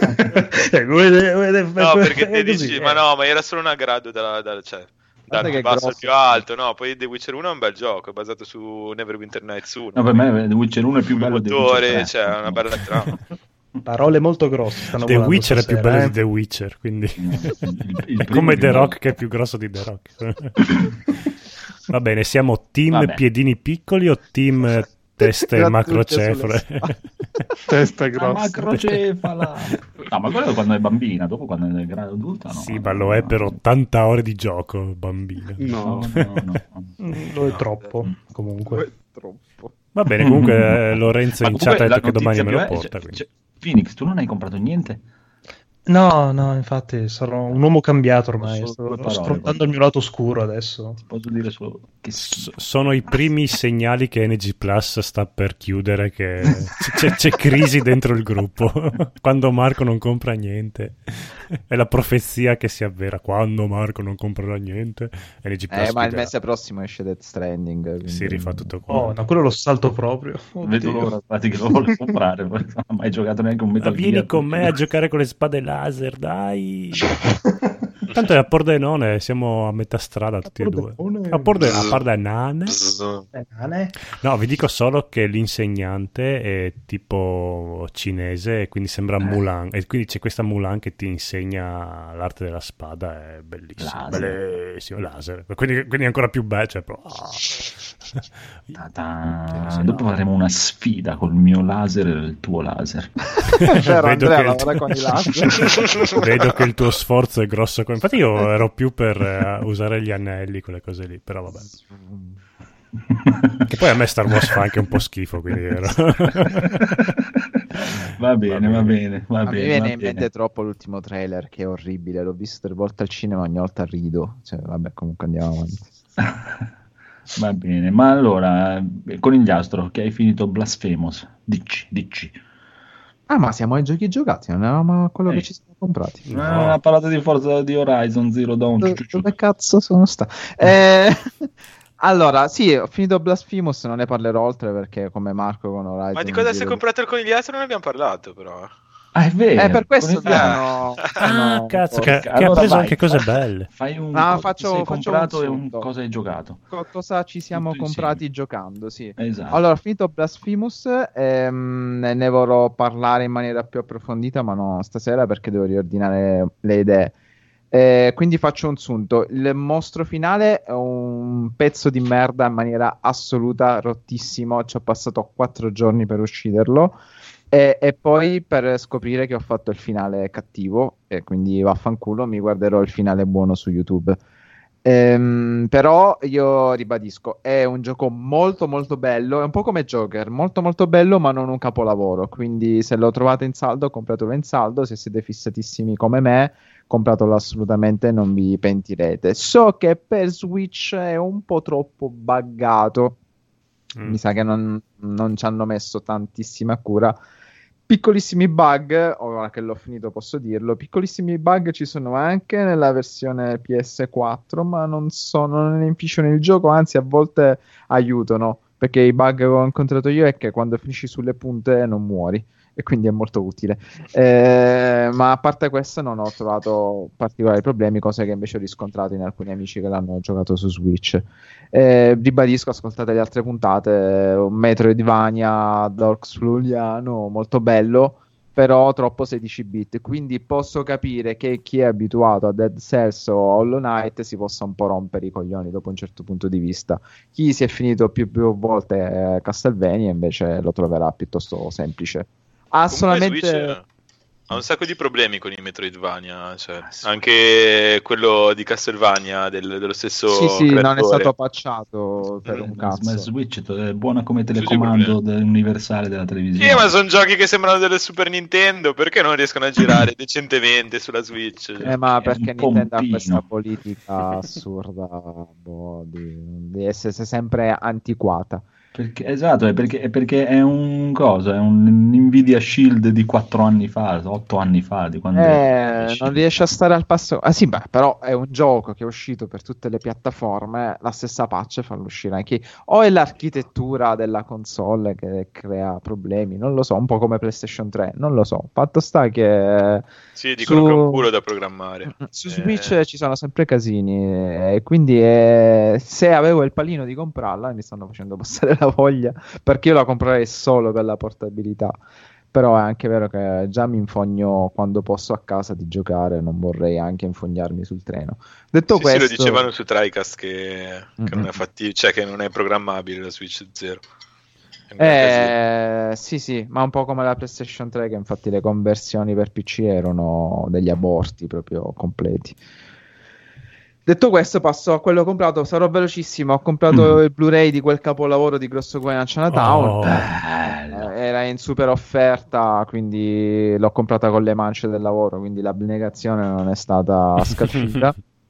perché te dici, ma era solo un grado dal più basso al più alto. No, poi The Witcher 1 è un bel gioco, è basato su Neverwinter Nights 1. No, per me The Witcher 1 è più bello del motore, c'è una bella trama. Parole molto grosse. The Witcher è più bello di The Witcher, quindi è come The Rock che è più grosso di The Rock. Va bene, siamo team piedini piccoli o team teste macrocefale? Testa grossa. Macrocefala. No, ma quello è quando è bambina, dopo quando è grado adulta, no. Sì, ma lo è per 80 ore di gioco, bambina. No. Lo è troppo, comunque. Troppo. Va bene, comunque Lorenzo in chat ha detto che domani me lo porta. Phoenix, tu non hai comprato niente? No, infatti sono un uomo cambiato ormai, sto sfruttando il mio lato oscuro adesso. Ti posso dire solo che sono i primi segnali che NG Plus sta per chiudere, che c'è crisi dentro il gruppo. Quando Marco non compra niente, è la profezia che si avvera. Quando Marco non comprerà niente, NG Plus ma il mese prossimo esce Death Stranding, quindi... si rifà tutto qua. Oh, no, quello lo salto proprio. Vedo l'ora, infatti, che lo vuole comprare, non ha mai giocato neanche un Metal Gear. Vieni con me a giocare con le spade laser, dai. Tanto è a Pordenone, siamo a metà strada tutti e due. A Pordenone. No, vi dico solo che l'insegnante è tipo cinese e quindi sembra Mulan, e quindi c'è questa Mulan che ti insegna l'arte della spada, è bellissimo. Bellissimo, laser. Quindi è ancora più bello, cioè, dopo faremo una sfida col mio laser e il tuo laser. Vedo che il tuo sforzo è grosso. Infatti io ero più per usare gli anelli, quelle cose lì, però vabbè. Che poi a me Star Wars fa anche un po' schifo, quindi va bene. Mi viene in mente troppo l'ultimo trailer, che è orribile, l'ho visto 3 volte al cinema, ogni volta rido, cioè vabbè, comunque andiamo avanti. Va bene, ma allora Conigliastro, che hai finito Blasphemous, dici. Ma siamo ai giochi giocati, non eravamo a quello che ci siamo comprati. Ha parlato di Forza di Horizon Zero Dawn. Dove cazzo sono stato? Allora, sì, ho finito Blasphemous, non ne parlerò oltre perché come Marco con Horizon. Ma di cosa si è comprato il Conigliastro non ne abbiamo parlato, però. È vero. Per questo cazzo, che ha preso anche cose belle. Fai un faccio comprato e un cosa hai giocato. Cosa ci siamo comprati giocando, sì. Esatto. Allora, ho finito Blasphemous, ne vorrò parlare in maniera più approfondita, ma no stasera perché devo riordinare le idee. Quindi faccio un sunto. Il mostro finale è un pezzo di merda in maniera assoluta, rottissimo. Ci ho passato 4 giorni per ucciderlo. E poi per scoprire che ho fatto il finale cattivo, e quindi vaffanculo, mi guarderò il finale buono su YouTube. Però io ribadisco, è un gioco molto molto bello, è un po' come Joker, molto molto bello, ma non un capolavoro. Quindi se lo trovate in saldo, compratelo in saldo. Se siete fissatissimi come me, compratelo assolutamente, non vi pentirete. So che per Switch è un po' troppo buggato. Mi sa che non ci hanno messo tantissima cura. Piccolissimi bug, ora che l'ho finito posso dirlo, piccolissimi bug ci sono anche nella versione PS4, ma non ne inficiano il gioco, anzi a volte aiutano, perché i bug che ho incontrato io è che quando finisci sulle punte non muori, e quindi è molto utile. Ma a parte questo non ho trovato particolari problemi, cose che invece ho riscontrato in alcuni amici che l'hanno giocato su Switch. Ribadisco, ascoltate le altre puntate, un Metroidvania Darksfluliano molto bello, però troppo 16 bit, quindi posso capire che chi è abituato a Dead Cells o Hollow Knight si possa un po' rompere i coglioni dopo un certo punto di vista. Chi si è finito più volte Castlevania invece lo troverà piuttosto semplice. Ha solamente Ha un sacco di problemi con i Metroidvania, cioè, anche quello di Castlevania dello stesso Sì, creatore. non è stato patchato per un cazzo. Switch è buona come telecomando universale della televisione. Sì, ma sono giochi che sembrano delle Super Nintendo, perché non riescono a girare decentemente sulla Switch? Ma perché Nintendo ha questa politica assurda di essere sempre antiquata. Esatto, perché è un Nvidia Shield di 4 anni fa, 8 anni fa, di quando non riesce a stare al passo. Ah sì, beh, però è un gioco che è uscito per tutte le piattaforme, la stessa patch farlo uscire anche. O è l'architettura della console che crea problemi, non lo so, un po' come PlayStation 3, non lo so. Fatto sta che sì, dicono che è un culo da programmare. Su Switch ci sono sempre casini, e quindi se avevo il palino di comprarla mi stanno facendo passare la voglia, perché io la comprerei solo per la portabilità. Però è anche vero che già mi infogno quando posso a casa di giocare, non vorrei anche infognarmi sul treno. Detto questo, sì, lo dicevano su TriCast che non è cioè che non è programmabile la Switch 0. Sì, ma un po' come la PlayStation 3, che infatti le conversioni per PC erano degli aborti proprio completi. Detto questo, passo a quello comprato. Sarò velocissimo. Ho comprato il Blu-ray di quel capolavoro di Grosso Guai a Chinatown. Era in super offerta, quindi l'ho comprata con le mance del lavoro. Quindi l'abnegazione non è stata scalfita.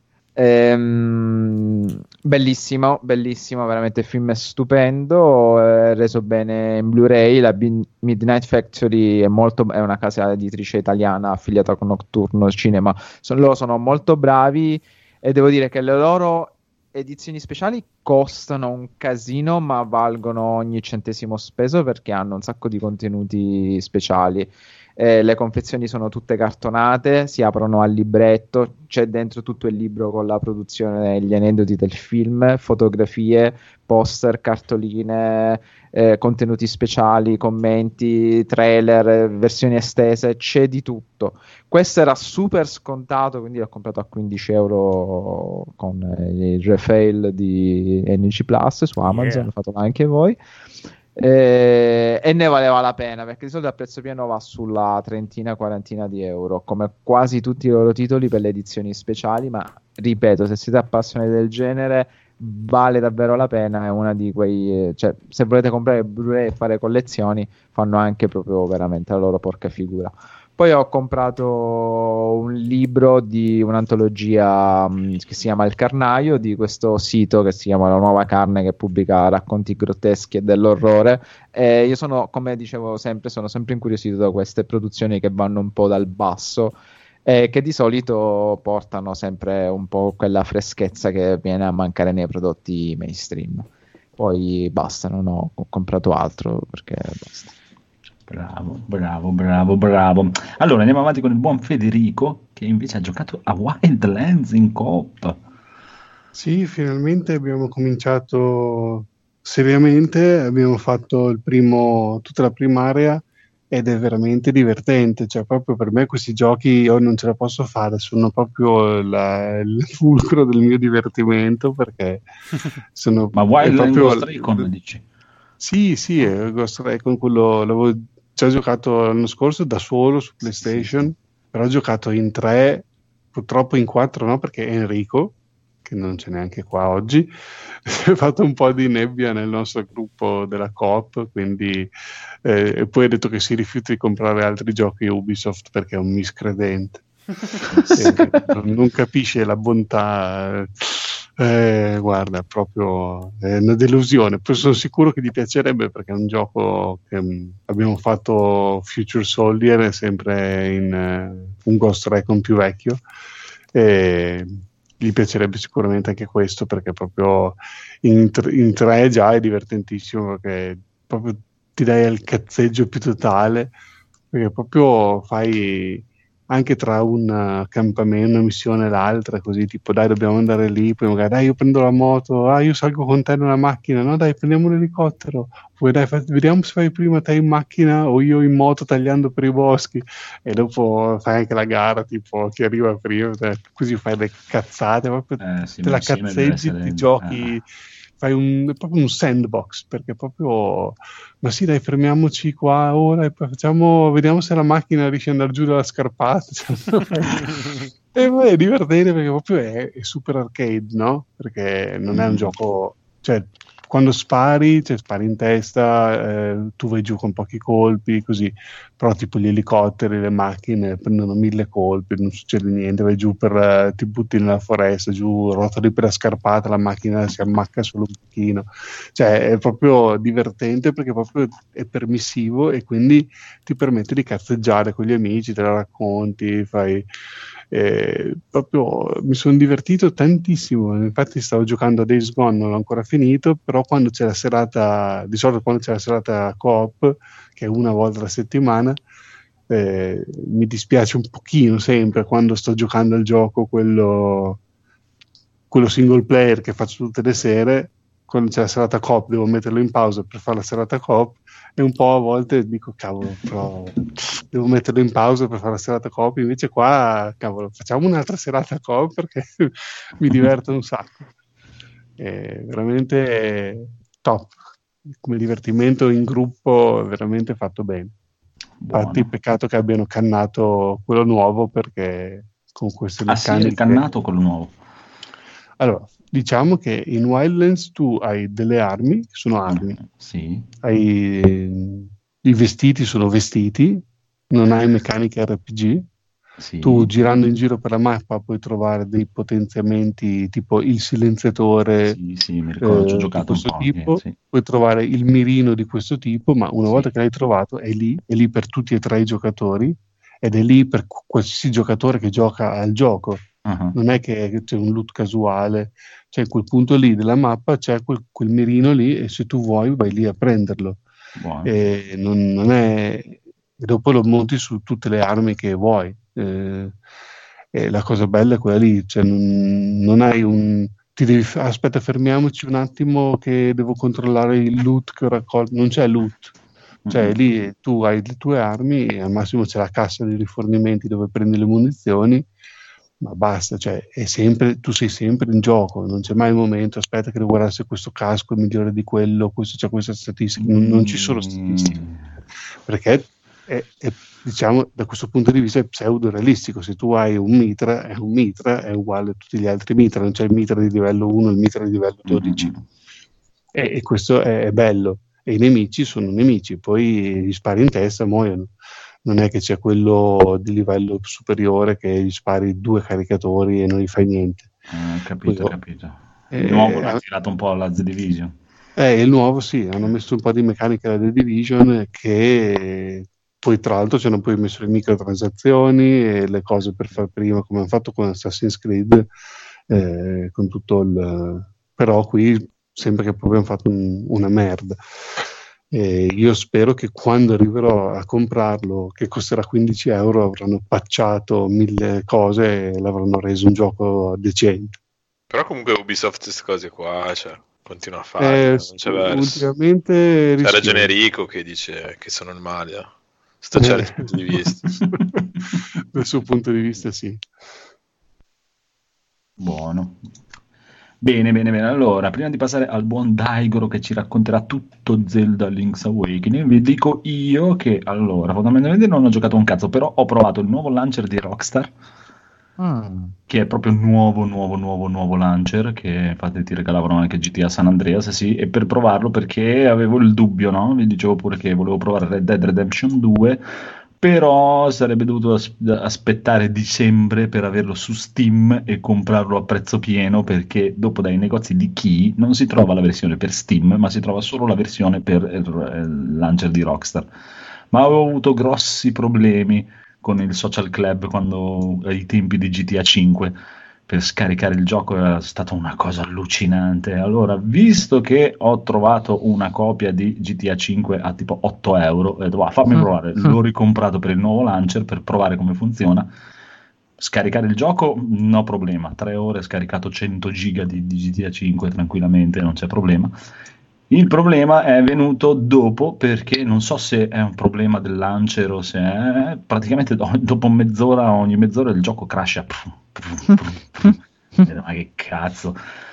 Bellissimo, veramente il film è stupendo, è reso bene in Blu-ray. La Midnight Factory è una casa editrice italiana affiliata con Nocturno Cinema. Loro sono molto bravi. E devo dire che le loro edizioni speciali costano un casino, ma valgono ogni centesimo speso, perché hanno un sacco di contenuti speciali. Le confezioni sono tutte cartonate, si aprono al libretto, c'è dentro tutto il libro con la produzione, gli aneddoti del film, fotografie, poster, cartoline, contenuti speciali, commenti, trailer, versioni estese, c'è di tutto. Questo era super scontato, quindi l'ho comprato a €15 con il refail di NG Plus su Amazon, fatelo anche voi. E ne valeva la pena, perché di solito a prezzo pieno va sulla quarantina di euro, come quasi tutti i loro titoli per le edizioni speciali. Ma ripeto, se siete appassionati del genere, vale davvero la pena. È una di quei, cioè, se volete comprare Blu-ray e fare collezioni, fanno anche proprio veramente la loro porca figura. Poi ho comprato un libro di un'antologia che si chiama Il Carnaio, di questo sito che si chiama La Nuova Carne, che pubblica racconti grotteschi e dell'orrore. E io sono, come dicevo sempre, sono sempre incuriosito da queste produzioni che vanno un po' dal basso, che di solito portano sempre un po' quella freschezza che viene a mancare nei prodotti mainstream. Poi basta, non ho comprato altro, perché basta. Bravo. Allora andiamo avanti con il buon Federico, che invece ha giocato a Wildlands in coop. Sì, finalmente abbiamo cominciato seriamente, abbiamo fatto tutta la prima area, ed è veramente divertente. Cioè, proprio per me questi giochi io non ce la posso fare, sono proprio il fulcro del mio divertimento, perché sono... Ma Wildlands Ghost Recon, dici? Sì, Ghost Recon, quello l'avevo già giocato l'anno scorso da solo su PlayStation, però ho giocato in 3, purtroppo in 4 no, perché Enrico, che non c'è neanche qua oggi, si è fatto un po' di nebbia nel nostro gruppo della Coop, quindi e poi ha detto che si rifiuta di comprare altri giochi Ubisoft perché è un miscredente. Non capisce la bontà. Guarda, proprio è una delusione. Poi sono sicuro che gli piacerebbe, perché è un gioco che abbiamo fatto Future Soldier, sempre in un Ghost Recon più vecchio, e gli piacerebbe sicuramente anche questo, perché proprio in 3 già è divertentissimo, perché proprio ti dai al cazzeggio più totale, perché proprio fai anche tra un campamento, una missione e l'altra, così tipo dai dobbiamo andare lì, poi magari dai io prendo la moto, io salgo con te in una macchina, no dai prendiamo l'elicottero, poi dai vediamo se fai prima te in macchina o io in moto tagliando per i boschi, e dopo fai anche la gara tipo chi arriva prima, così fai le cazzate, proprio te la cazzeggi, ti giochi fai proprio un sandbox, perché proprio, ma sì dai, fermiamoci qua ora e poi vediamo se la macchina riesce ad andare giù dalla scarpata. E poi è divertente perché proprio è super arcade, no? Perché non è un gioco, cioè quando spari in testa, tu vai giù con pochi colpi, così, però tipo gli elicotteri, le macchine prendono 1000 colpi, non succede niente, vai giù ti butti nella foresta, giù, rotoli per la scarpata, la macchina si ammacca solo un pochino, cioè è proprio divertente perché proprio è permissivo e quindi ti permette di cazzeggiare con gli amici, te la racconti, proprio mi sono divertito tantissimo. Infatti stavo giocando a Days Gone, non l'ho ancora finito, però quando c'è la serata, di solito quando c'è la serata co-op, che è una volta alla settimana, mi dispiace un pochino sempre quando sto giocando al gioco quello single player che faccio tutte le sere. Quando c'è la serata coop devo metterlo in pausa per fare la serata coop e un po' a volte dico cavolo, però devo metterlo in pausa per fare la serata coop, invece qua cavolo, facciamo un'altra serata coop perché mi diverto un sacco. È veramente top come divertimento in gruppo, veramente fatto bene. Infatti peccato che abbiano cannato quello nuovo, perché con queste meccaniche... sì, è cannato quello nuovo. Allora, diciamo che in Wildlands tu hai delle armi, che sono armi, sì. Hai i vestiti, sono vestiti, non hai meccaniche RPG. Sì. Tu girando in giro per la mappa puoi trovare dei potenziamenti tipo il silenziatore, sì, mi ricordo, ci ho giocato di questo un po', tipo, sì. Puoi trovare il mirino di questo tipo, ma una volta che l'hai trovato è lì per tutti e tre i giocatori, ed è lì per qualsiasi giocatore che gioca al gioco. Uh-huh. Non è che c'è un loot casuale, c'è in quel punto lì della mappa, c'è quel mirino lì e se tu vuoi vai lì a prenderlo. E non è... e dopo lo monti su tutte le armi che vuoi. E la cosa bella è quella lì, cioè non hai aspetta, fermiamoci un attimo che devo controllare il loot che ho raccolto. Non c'è loot, cioè lì tu hai le tue armi e al massimo c'è la cassa di rifornimenti dove prendi le munizioni, ma basta, cioè tu sei sempre in gioco, non c'è mai il momento aspetta che devo guardare se questo casco è migliore di quello, questo c'è questa statistica, non ci sono statistiche, perché diciamo da questo punto di vista è pseudo realistico. Se tu hai un mitra è uguale a tutti gli altri mitra, non c'è il mitra di livello 1 e il mitra di livello 12 e questo è bello, e i nemici sono nemici, poi gli spari in testa muoiono, non è che c'è quello di livello superiore che gli spari 2 caricatori e non gli fai niente. Capito. Il nuovo l'ha tirato un po' alla The Division. Il nuovo sì, hanno messo un po' di meccanica alla The Division, che poi tra l'altro ci hanno poi messo le microtransazioni e le cose per far prima, come hanno fatto con Assassin's Creed, con tutto però qui sembra che proprio hanno fatto una merda. Io spero che quando arriverò a comprarlo, che costerà 15 euro, avranno patchato 1000 cose e l'avranno reso un gioco decente. Però comunque Ubisoft queste cose qua, cioè, continua a fare, non c'è verso. Ultimamente c'ha ragione Enrico che dice che sono normali, sto certo punto di vista. Dal suo punto di vista sì. Buono. Bene. Allora, prima di passare al buon Daigoro che ci racconterà tutto Zelda Link's Awakening, vi dico io che allora fondamentalmente non ho giocato un cazzo, però ho provato il nuovo launcher di Rockstar, che è proprio nuovo launcher, che infatti ti regalavano anche GTA San Andreas, sì, e per provarlo, perché avevo il dubbio, no? Vi dicevo pure che volevo provare Red Dead Redemption 2, però sarebbe dovuto aspettare dicembre per averlo su Steam e comprarlo a prezzo pieno, perché dopo dai negozi di Key non si trova la versione per Steam, ma si trova solo la versione per il launcher di Rockstar. Ma avevo avuto grossi problemi con il social club quando ai tempi di GTA 5 per scaricare il gioco, è stata una cosa allucinante. Allora, visto che ho trovato una copia di GTA 5 a tipo 8 euro, ho detto, fammi provare, l'ho ricomprato per il nuovo launcher per provare come funziona. Scaricare il gioco, no problema, 3 ore scaricato 100 giga di GTA 5 tranquillamente, non c'è problema. Il problema è venuto dopo, perché non so se è un problema del launcher o se è praticamente dopo ogni mezz'ora il gioco crasha. Ma che cazzo,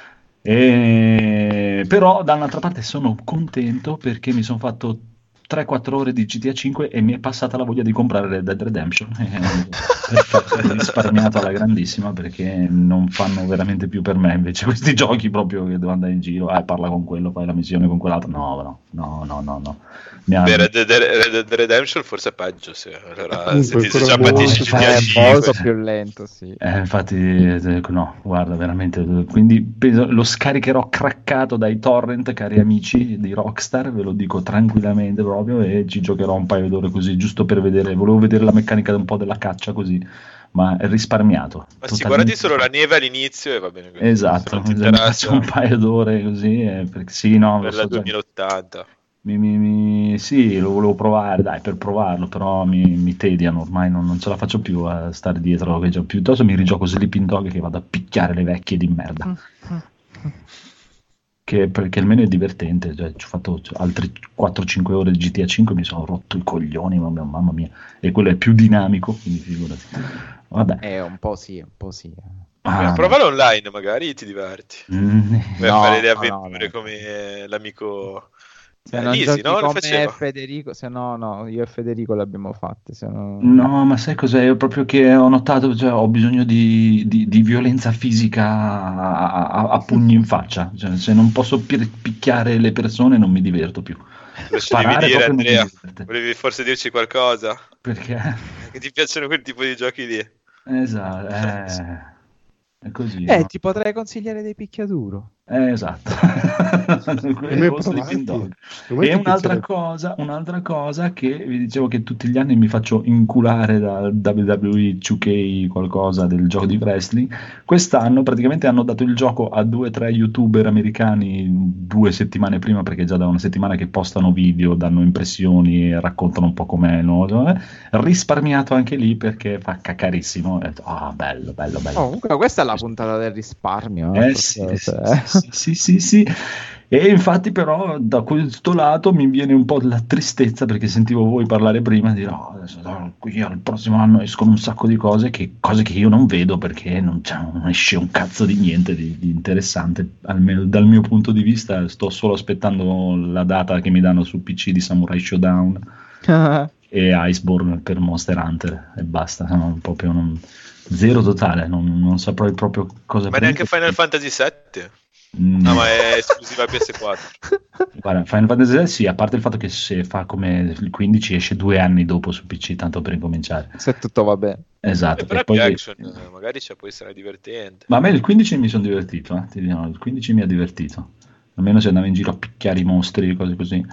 Però dall'altra parte sono contento perché mi sono fatto 3-4 ore di GTA 5 e mi è passata la voglia di comprare Red Dead Redemption. Perfetto, ho risparmiato alla grandissima perché non fanno veramente più per me invece questi giochi proprio che devo andare in giro, parla con quello, fai la missione con quell'altro. No. Red Dead Redemption forse è peggio, allora se ti già patisci GTA 5 è molto più lento, sì. Infatti no, guarda, veramente, quindi lo scaricherò craccato dai torrent, cari amici di Rockstar, ve lo dico tranquillamente proprio, e ci giocherò un paio d'ore così, giusto per vedere, volevo vedere la meccanica un po' della caccia così, ma è risparmiato. Ma sì, guardati solo la neve all'inizio e va bene così. Esatto, faccio un paio d'ore così, perché sì, no, per la 2080. Sì, lo volevo provare, dai, per provarlo, però mi tediano, ormai non ce la faccio più a stare dietro, piuttosto mi rigioco Sleeping Dog che vado a picchiare le vecchie di merda. Perché almeno è divertente, cioè, ci ho fatto altri 4-5 ore di GTA 5, mi sono rotto i coglioni, mamma mia, e quello è più dinamico, quindi figurati. Vabbè. Un po' sì. Provalo online, magari ti diverti. Per fare le avventure come l'amico... Se non giochi con me Federico, se no, io e Federico le abbiamo fatte. No, ma sai cos'è? Io proprio che ho notato, cioè, ho bisogno di violenza fisica a pugni in faccia. Cioè, se non posso picchiare le persone non mi diverto più. Devi dire, Andrea, volevi forse dirci qualcosa? Perché? Che ti piacciono quel tipo di giochi lì. Esatto, è così. Ti potrei consigliare dei picchiaduro. Esatto. E un'altra cosa che vi dicevo, che tutti gli anni mi faccio inculare dal WWE 2K qualcosa del gioco di wrestling. Quest'anno praticamente hanno dato il gioco a 2-3 youtuber americani 2 settimane prima, perché già da una settimana che postano video, danno impressioni e raccontano un po' com'è, no? Risparmiato anche lì perché fa cacarissimo. Bello. Comunque questa è la puntata del risparmio. Sì. E infatti però da questo lato mi viene un po' la tristezza, perché sentivo voi parlare prima e dire qui al prossimo anno escono un sacco di cose che io non vedo, perché non esce un cazzo di niente di interessante, almeno dal mio punto di vista. Sto solo aspettando la data che mi danno su PC di Samurai Showdown e Iceborne per Monster Hunter e basta, zero totale, non saprei proprio cosa ma neanche Final Fantasy VII? No, ma è esclusiva PS4. Guarda, Final Fantasy VII sì, a parte il fatto che se fa come il 15 esce 2 anni dopo su PC, tanto per incominciare, se tutto va bene. Esatto. Però poi action, magari può essere divertente. Ma a me il 15 mi sono divertito, ti dico, il 15 mi ha divertito, almeno se andavo in giro a picchiare i mostri, cose così.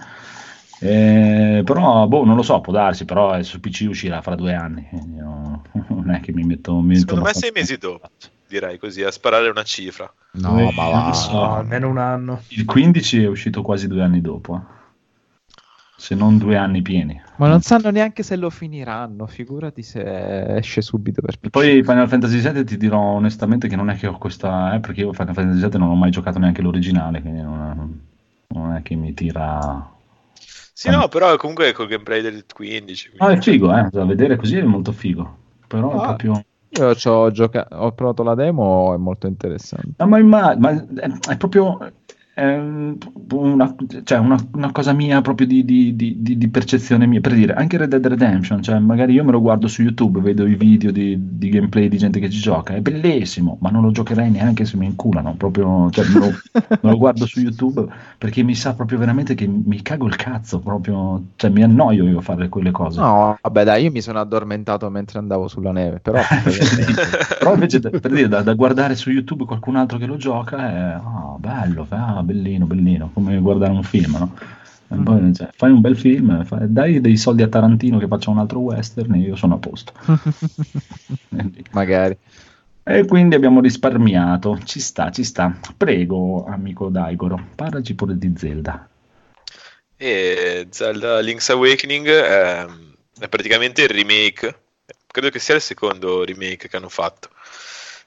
Però non lo so, può darsi, però su PC uscirà fra 2 anni, non è che mi metto secondo me 6 mesi dopo, direi così, a sparare una cifra. No, ma va, no, almeno un anno. Il 15 è uscito quasi 2 anni dopo, se non 2 anni pieni. Ma non sanno neanche se lo finiranno, figurati se esce subito per PC. Poi Final Fantasy VII ti dirò onestamente che non è che ho questa, perché io Final Fantasy VII non ho mai giocato neanche l'originale, quindi non è che mi tira. Sì, no, però comunque col gameplay del 15. No, è figo, da vedere così è molto figo. Però è proprio... Io ho provato la demo, è molto interessante. No, ma è proprio una cosa mia, proprio di percezione mia, per dire, anche Red Dead Redemption, cioè magari io me lo guardo su YouTube, vedo i video di gameplay di gente che ci gioca, è bellissimo, ma non lo giocherei neanche se mi inculano, proprio, cioè, me lo guardo su YouTube perché mi sa proprio veramente che mi cago il cazzo, proprio, cioè mi annoio io a fare quelle cose. No, vabbè dai, io mi sono addormentato mentre andavo sulla neve, però però invece per dire, da guardare su YouTube qualcun altro che lo gioca è bello, bellino, come guardare un film, no? Poi, cioè, fai un bel film, dai dei soldi a Tarantino che faccia un altro western e io sono a posto. Magari. E quindi abbiamo risparmiato, ci sta. Prego, amico Daigoro, parlaci pure di Zelda. E Zelda Link's Awakening è praticamente il remake, credo che sia il secondo remake che hanno fatto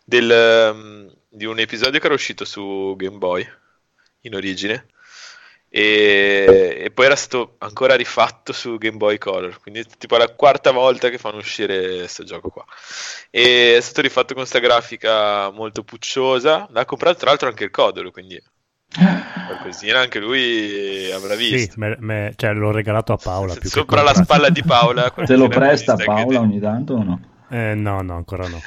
di un episodio che era uscito su Game Boy in origine, e poi era stato ancora rifatto su Game Boy Color, quindi tipo la quarta volta che fanno uscire questo gioco qua, e è stato rifatto con sta grafica molto pucciosa. L'ha comprato tra l'altro anche il Codolo, quindi qualcosina anche lui avrà visto. Sì, cioè, l'ho regalato a Paola più sopra la spalla di Paola. Te lo presta Paola ogni tanto o no? No, ancora no.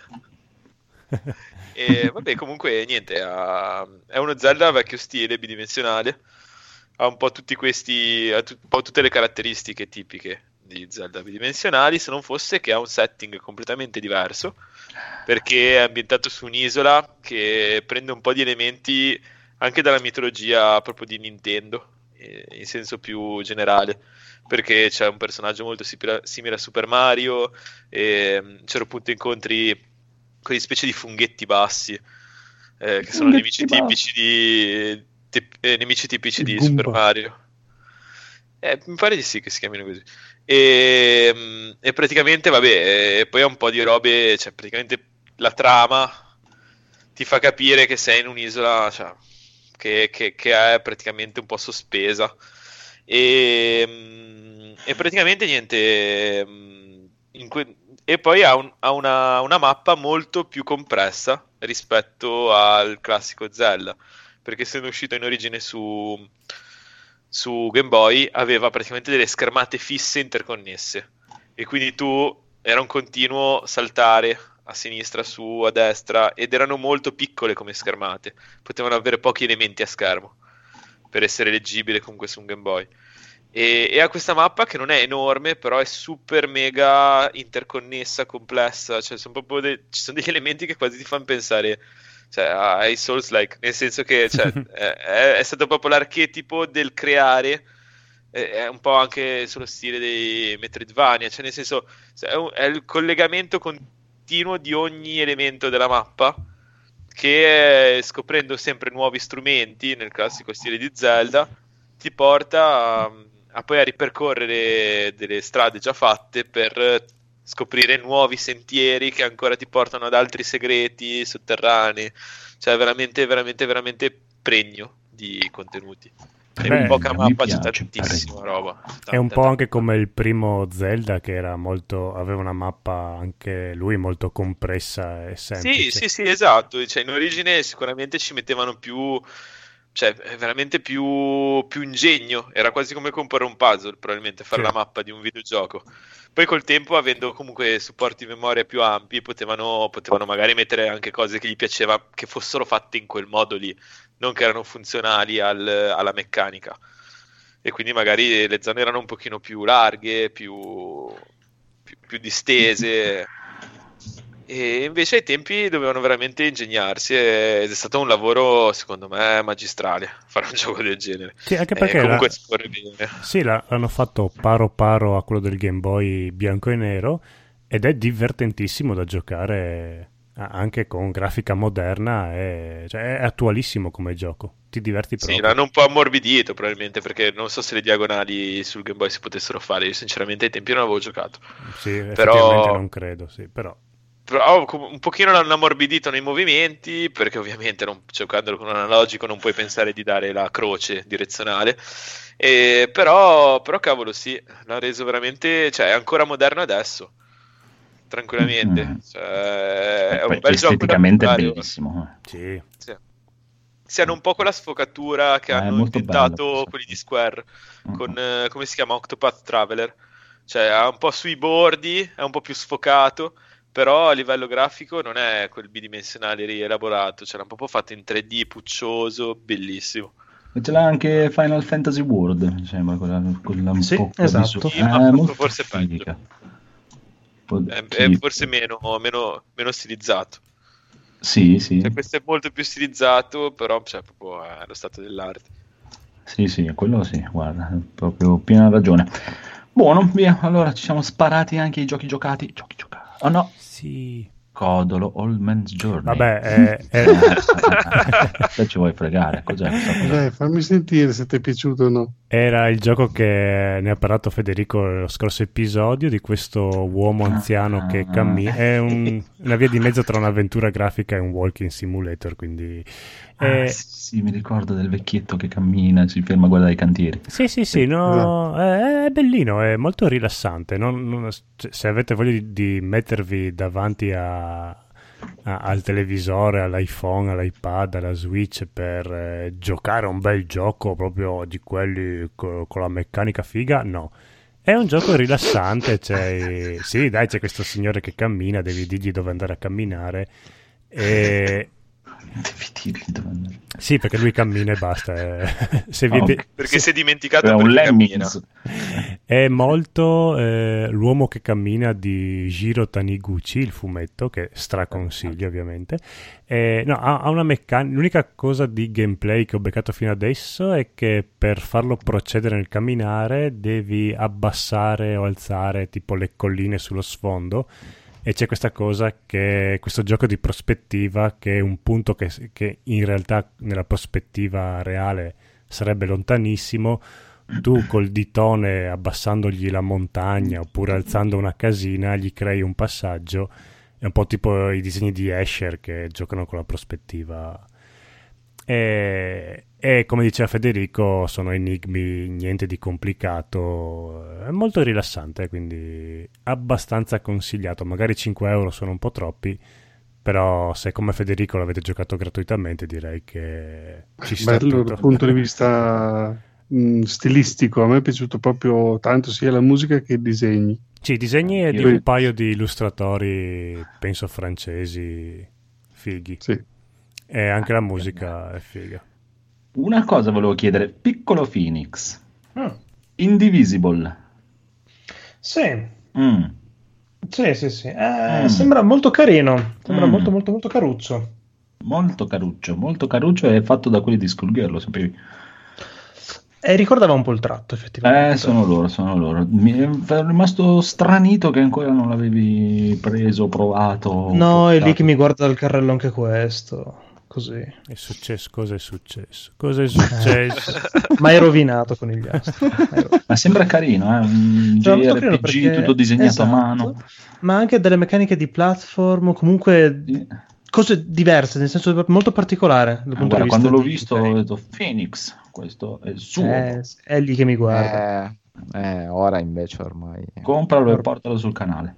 E vabbè, comunque niente, è uno Zelda vecchio stile, bidimensionale, ha un po' tutti questi, un po' tutte le caratteristiche tipiche di Zelda bidimensionali, se non fosse che ha un setting completamente diverso, perché è ambientato su un'isola che prende un po' di elementi anche dalla mitologia proprio di Nintendo, in senso più generale, perché c'è un personaggio molto simile a Super Mario, e c'era appunto incontri quelle specie di funghetti bassi, che sono nemici tipici di Super Mario. Mi pare di sì che si chiamino così. E praticamente, vabbè, poi ha un po' di robe, cioè praticamente la trama ti fa capire che sei in un'isola, cioè, che è praticamente un po' sospesa. E praticamente niente, e poi ha una mappa molto più compressa rispetto al classico Zelda, perché essendo uscito in origine su Game Boy aveva praticamente delle schermate fisse interconnesse, e quindi era un continuo saltare a sinistra, su, a destra, ed erano molto piccole come schermate, potevano avere pochi elementi a schermo per essere leggibile comunque su un Game Boy. E ha questa mappa che non è enorme, però è super mega interconnessa, complessa, cioè ci sono degli elementi che quasi ti fanno pensare, cioè, ai Souls-like, nel senso che cioè, è stato proprio l'archetipo del creare, è un po' anche sullo stile dei Metroidvania, cioè nel senso è il collegamento continuo di ogni elemento della mappa, che scoprendo sempre nuovi strumenti nel classico stile di Zelda ti porta poi a ripercorrere delle strade già fatte per scoprire nuovi sentieri che ancora ti portano ad altri segreti sotterranei, cioè veramente veramente veramente pregno di contenuti. In poca mappa c'è tantissima roba. È un po' anche come il primo Zelda, che era aveva una mappa anche lui molto compressa e semplice. Sì, esatto, cioè, in origine sicuramente ci mettevano più, cioè veramente più ingegno, era quasi come comporre un puzzle, probabilmente fare la mappa di un videogioco. Poi col tempo, avendo comunque supporti di memoria più ampi, potevano magari mettere anche cose che gli piaceva che fossero fatte in quel modo lì, non che erano funzionali alla meccanica, e quindi magari le zone erano un pochino più larghe, più distese. E invece ai tempi dovevano veramente ingegnarsi, ed è stato un lavoro secondo me magistrale fare un gioco del genere. Sì, anche perché comunque si corre bene. Sì, l'hanno fatto paro a quello del Game Boy bianco e nero, ed è divertentissimo da giocare anche con grafica moderna, cioè è attualissimo come gioco, ti diverti proprio. Sì, l'hanno un po' ammorbidito probabilmente, perché non so se le diagonali sul Game Boy si potessero fare, io sinceramente ai tempi non avevo giocato. Sì, effettivamente non credo, sì, però un pochino l'hanno ammorbidito nei movimenti, perché ovviamente giocandolo con un analogico non puoi pensare di dare la croce direzionale, però cavolo sì, l'ha reso veramente, cioè è ancora moderno adesso, tranquillamente, cioè, è un bel gioco esteticamente bellissimo. Sì. Sì, hanno un po' quella sfocatura che hanno intentato bello, quelli di Square con come si chiama, Octopath Traveler, cioè ha un po' sui bordi, è un po' più sfocato, però a livello grafico non è quel bidimensionale rielaborato, ce l'ha proprio fatto in 3D puccioso, bellissimo. E ce l'ha anche Final Fantasy World, mi sembra, quella un sì, po' esatto. Sì, ma forse peggio. È forse meno stilizzato. Sì. Cioè, questo è molto più stilizzato, però cioè, proprio è lo stato dell'arte. Sì, quello sì, guarda, proprio piena ragione. Buono, via, allora ci siamo sparati anche i giochi giocati. Oh no. Sì. Codolo, Old Man's Journey. Vabbè, se ci vuoi fregare, cos'è? Fammi sentire se ti è piaciuto o no. Era il gioco che ne ha parlato Federico lo scorso episodio, di questo uomo anziano che cammina. È una via di mezzo tra un'avventura grafica e un walking simulator, quindi Sì, mi ricordo del vecchietto che cammina, si ferma a guardare i cantieri. Sì, no, è bellino, è molto rilassante. Se avete voglia di mettervi davanti al televisore, all'iPhone, all'iPad, alla Switch per giocare a un bel gioco proprio di quelli con la meccanica figa, no. È un gioco rilassante, sì, dai, c'è questo signore che cammina, devi dirgli dove andare a camminare e... Devi dirgli dove andare. Sì, perché lui cammina e basta. Perché si è dimenticato è un perché Lemmings. È molto L'uomo che cammina di Jiro Taniguchi, il fumetto, che straconsiglio ovviamente. Ha una meccanica. L'unica cosa di gameplay che ho beccato fino adesso è che per farlo procedere nel camminare devi abbassare o alzare tipo le colline sullo sfondo. E c'è questa cosa questo gioco di prospettiva che è un punto che in realtà nella prospettiva reale sarebbe lontanissimo. Tu col ditone, abbassandogli la montagna oppure alzando una casina, gli crei un passaggio. È un po' tipo i disegni di Escher che giocano con la prospettiva. E come diceva Federico, sono enigmi, niente di complicato, è molto rilassante, quindi abbastanza consigliato. Magari 5 euro sono un po' troppi, però se come Federico l'avete giocato gratuitamente direi che ci sta bello tutto. dal punto di vista stilistico, a me è piaciuto proprio tanto sia la musica che i disegni. Sì, i disegni è di un paio di illustratori, penso francesi, fighi. Sì. E anche la musica è figa. Una cosa volevo chiedere, Piccolo Phoenix, Indivisible. Sì. Mm. Sì. Sembra molto carino, sembra molto molto molto caruccio. Molto caruccio e fatto da quelli di Skullgirl, lo sapevi? Ricordava un po' il tratto, effettivamente. Sono loro. Mi è rimasto stranito che ancora non l'avevi preso, provato. No, è lì che mi guarda dal carrello anche questo. Così. È successo? Cosa è successo? Cosa è successo? Ma è rovinato con il ghiaccio. Ma sembra carino, un JRPG perché... tutto disegnato a mano. Ma anche delle meccaniche di platform, comunque cose diverse, nel senso molto particolare. Dal punto di vista quando l'ho visto ho detto Phoenix, questo è il suo. È lì che mi guarda. Ora invece ormai. Compralo e portalo sul canale.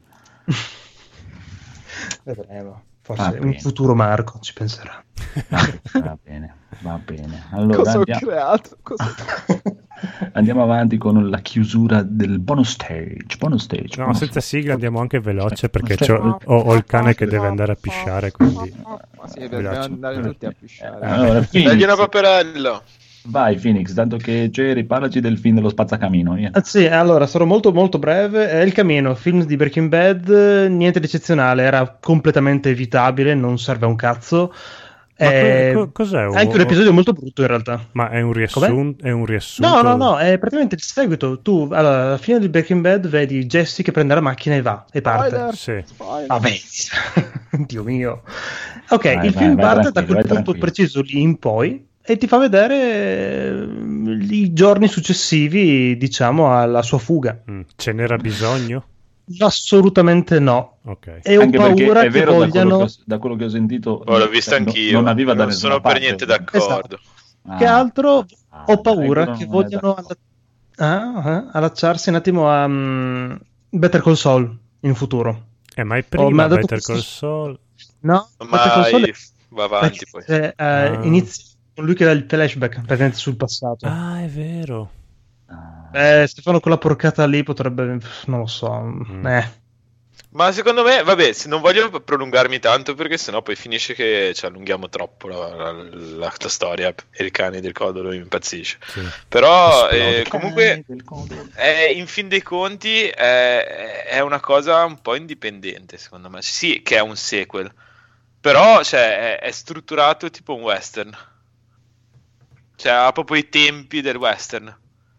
Vedremo. Forse un futuro Marco ci penserà. Va bene. Allora, cosa ho creato? Andiamo avanti con la chiusura del bonus stage. No, senza sigla andiamo anche veloce perché ho il cane che deve andare a pisciare, quindi dobbiamo andare tutti a pisciare. Allora, dagli una paperella. Vai Phoenix, tanto che c'eri, parlaci del film dello spazzacamino. Sì, allora sarò molto molto breve. È Il Camino, film di Breaking Bad, niente di eccezionale, era completamente evitabile, non serve a un cazzo. Cos'è? È anche un episodio molto brutto in realtà. Ma è un riassunto? No, è praticamente il seguito. Tu alla fine di Breaking Bad vedi Jesse che prende la macchina e va e parte. Vabbè. Dio mio. Ok, il film parte da quel punto preciso lì in poi e ti fa vedere i giorni successivi, diciamo, alla sua fuga. Ce n'era bisogno? Assolutamente no. Okay. E ho paura che vogliano. Da quello che ho sentito, l'ho visto anch'io. Non aveva da non sono per niente d'accordo. Esatto. Che altro ho paura che vogliano allacciarsi un attimo a Better Call Saul in futuro. Ma prima Better Call Saul? No, Better Call Saul va avanti poi. Inizia con lui che dà il flashback presente sul passato. È vero. Stefano con la porcata lì potrebbe, non lo so. Ma secondo me, vabbè, non voglio prolungarmi tanto perché sennò poi finisce che ci allunghiamo troppo la storia e il cane del codolo impazzisce. Sì. Però comunque in fin dei conti è una cosa un po' indipendente, secondo me. Sì, che è un sequel, però è strutturato tipo un western. Cioè ha proprio i tempi del western.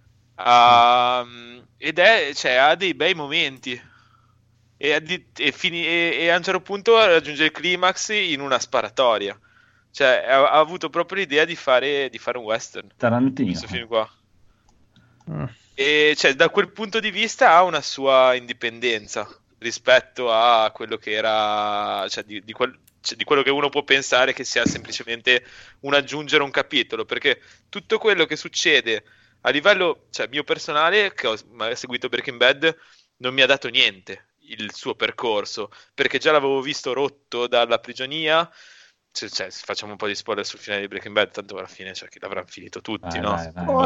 Ed ha dei bei momenti e a un certo punto raggiunge il climax in una sparatoria, cioè ha avuto proprio l'idea di fare un western, Tarantino, questo film qua. E da quel punto di vista ha una sua indipendenza rispetto a quello che era, di quello che uno può pensare che sia semplicemente un aggiungere un capitolo, perché tutto quello che succede a livello, cioè, mio personale, che ho magari seguito Breaking Bad, non mi ha dato niente il suo percorso, perché già l'avevo visto rotto dalla prigionia. Cioè, facciamo un po' di spoiler sul finale di Breaking Bad, tanto alla fine che l'avranno finito tutti, no?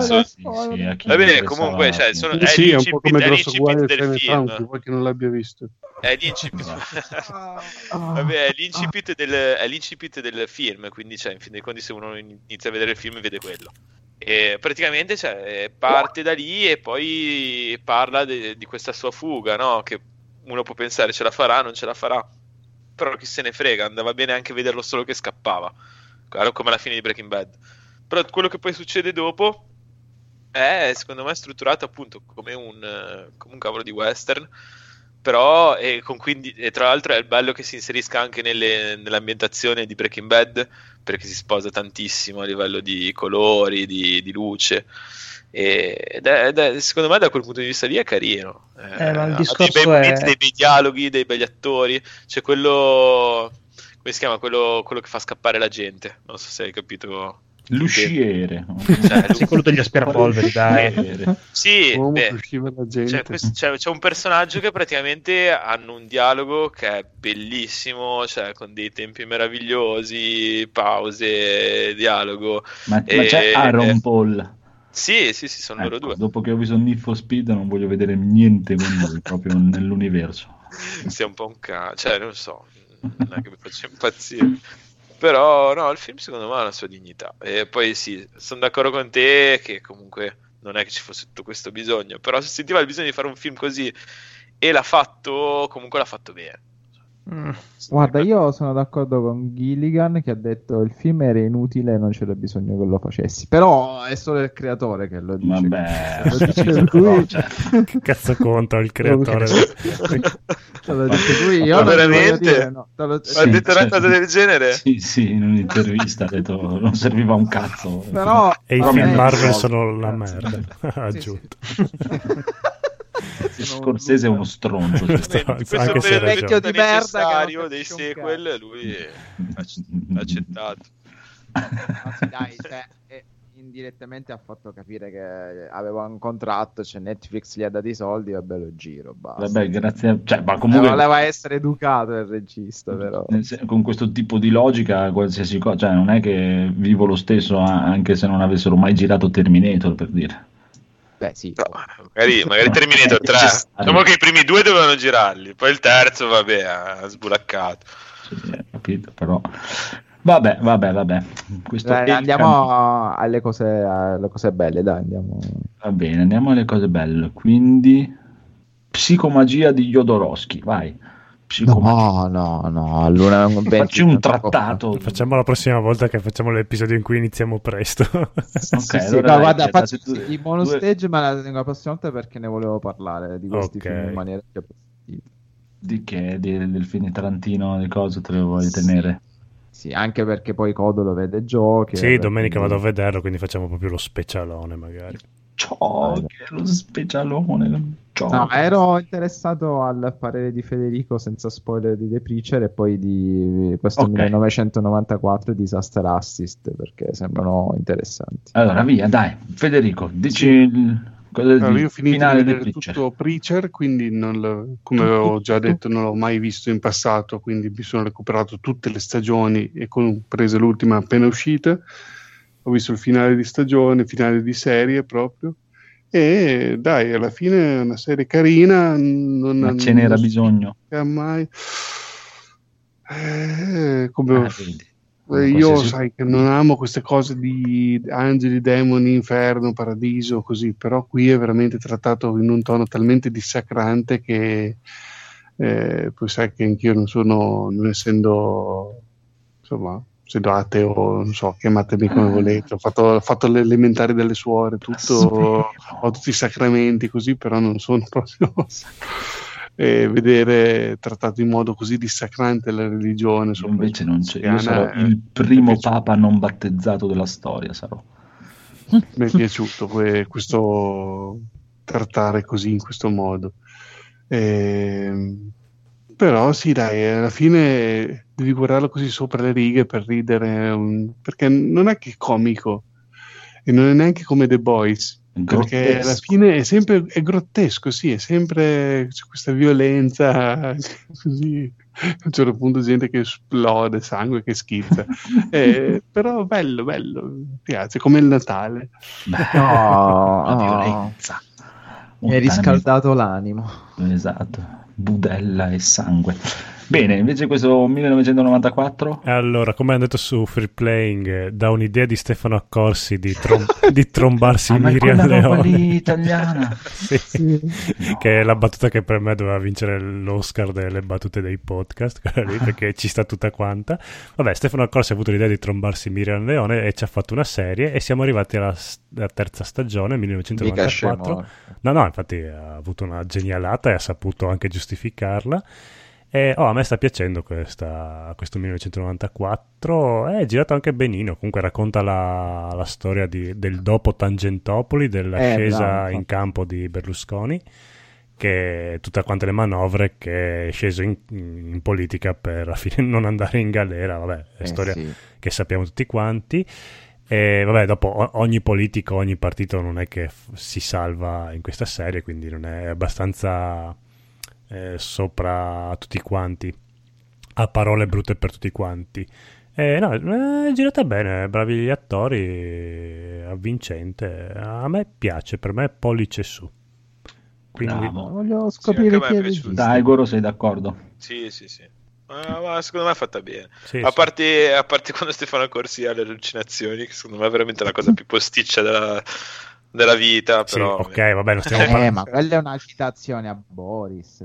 Va bene, comunque, cioè, è un po' come Grosso Guai del film, vuoi che non l'abbia visto. È l'incipit. Vabbè, è l'incipit del film, quindi, cioè, in fin dei conti, se uno inizia a vedere il film vede quello. E praticamente, cioè, parte da lì e poi parla di questa sua fuga, no? Che uno può pensare ce la farà, non ce la farà, però chi se ne frega, andava bene anche vederlo solo che scappava, come alla fine di Breaking Bad. Però quello che poi succede dopo è, secondo me, strutturato appunto come un cavolo di western, però e tra l'altro è il bello che si inserisca anche nell'ambientazione di Breaking Bad, perché si sposa tantissimo a livello di colori, di luce, ed è, secondo me, da quel punto di vista lì è carino. Ma il Ha discorso dei bei dialoghi, dei begli attori. C'è quello, come si chiama, quello che fa scappare la gente, non so se hai capito. L'usciere, sì, quello degli aspirapolveri, dai. Sì, la gente. C'è un personaggio che praticamente hanno un dialogo che è bellissimo, cioè con dei tempi meravigliosi, pause, dialogo. Ma c'è Aaron Paul. Sì, sono loro due. Dopo che ho visto Need for Speed non voglio vedere niente con lui proprio nell'universo. Sei un po' cioè, non so, non è che mi faccia impazzire. Però no, il film secondo me ha la sua dignità. E poi sì, sono d'accordo con te che comunque non è che ci fosse tutto questo bisogno, però se sentiva il bisogno di fare un film così e comunque l'ha fatto bene. Guarda, io sono d'accordo con Gilligan che ha detto il film era inutile e non c'era bisogno che lo facessi, però è solo il creatore che lo dice. Vabbè, che cazzo conta il creatore? Io veramente? Ha detto una cosa del genere? Sì, in un'intervista ha detto non serviva un cazzo. Però, e i film Marvel sono la merda, ha aggiunto. Scorsese è uno stronzo. Questo per il vecchio di merda dei sequel lui ha accettato. Anzi, dai, indirettamente ha fatto capire che aveva un contratto, cioè Netflix gli ha dato i soldi, vabbè, lo giro, basta. Vabbè, grazie, cioè, ma comunque voleva essere educato il regista, però con questo tipo di logica qualsiasi cosa, cioè non è che vivo lo stesso anche se non avessero mai girato Terminator, per dire. Beh, sì. No, magari Terminator 3. Diciamo che i primi due dovevano girarli, poi il terzo, vabbè, ha sbulaccato. Sì, capito, però. Vabbè. Questo dai, andiamo alle cose belle, dai, andiamo. Va bene, andiamo alle cose belle. Quindi, Psicomagia di Jodorowsky, vai. No, allora facci un trattato. Facciamo la prossima volta che facciamo l'episodio in cui iniziamo presto. Okay, allora guarda, faccio i bonus stage, ma la tengo la prossima volta perché ne volevo parlare di questi film in maniera più approfondita. Di che? Del film Tarantino, di cosa te lo vuoi tenere? Sì, anche perché poi Codo lo vede giochi. Sì, domenica vado a vederlo, quindi facciamo proprio lo specialone magari. Lo specialone. No, ero interessato al parere di Federico senza spoiler di The Preacher e poi di questo 1994 Disaster Assist, perché sembrano interessanti. Allora via, dai, Federico, dici il allora, io ho finito di vedere tutto Preacher, quindi come avevo già detto non l'ho mai visto in passato, quindi mi sono recuperato tutte le stagioni e compresa l'ultima appena uscita. Ho visto il finale di stagione, il finale di serie proprio, e dai, alla fine è una serie carina. Ma ce n'era bisogno? Mai. Io sai che non amo queste cose di angeli, demoni, inferno, paradiso, così, però qui è veramente trattato in un tono talmente dissacrante che poi sai che anch'io non essendo, insomma, essendo ateo, non so, chiamatemi come volete, ho fatto le elementari delle suore, tutto, ho tutti i sacramenti così, però non sono proprio vedere trattato in modo così dissacrante la religione. Invece non c'è, io sarò il primo papa non battezzato della storia, sarò. Mi è piaciuto questo trattare così, in questo modo. Però sì, dai, alla fine devi guardarlo così sopra le righe per ridere, perché non è che è comico e non è neanche come The Boys, perché alla fine è grottesco, sì, è sempre c'è questa violenza così, a un certo punto gente che esplode, sangue che schizza, però bello, mi piace, come il Natale. La violenza. Mi hai riscaldato l'animo. Esatto, budella e sangue. Bene, invece questo 1994? Allora, come hanno detto su Free Playing, da un'idea di Stefano Accorsi di trombarsi Miriam Leone. Lì italiana. Sì. No. Che è la battuta che per me doveva vincere l'Oscar delle battute dei podcast, quella lì, perché ci sta tutta quanta. Vabbè, Stefano Accorsi ha avuto l'idea di trombarsi Miriam Leone e ci ha fatto una serie e siamo arrivati alla terza stagione, 1994. No, infatti ha avuto una genialata e ha saputo anche giustificarla. E a me sta piacendo questo 1994, è girato anche benino, comunque racconta la storia del dopo Tangentopoli, della scesa in campo di Berlusconi, che tutte quante le manovre che è sceso in politica per alla fine non andare in galera, vabbè, è storia che sappiamo tutti quanti. E vabbè, dopo ogni politico, ogni partito non è che si salva in questa serie, quindi non è abbastanza... sopra tutti quanti, a parole brutte per tutti quanti. No, è girata bene, bravi gli attori, avvincente, a me piace, per me è pollice su. Quindi voglio scoprire chi è regista. Dai, Goro, sei d'accordo? Sì. Ma secondo me è fatta bene. Sì, a parte quando Stefano Corsi ha le allucinazioni, che secondo me è veramente la cosa più posticcia della vita, però sì, ok, vabbè, non stiamo parlando. Ma quella è una citazione a Boris,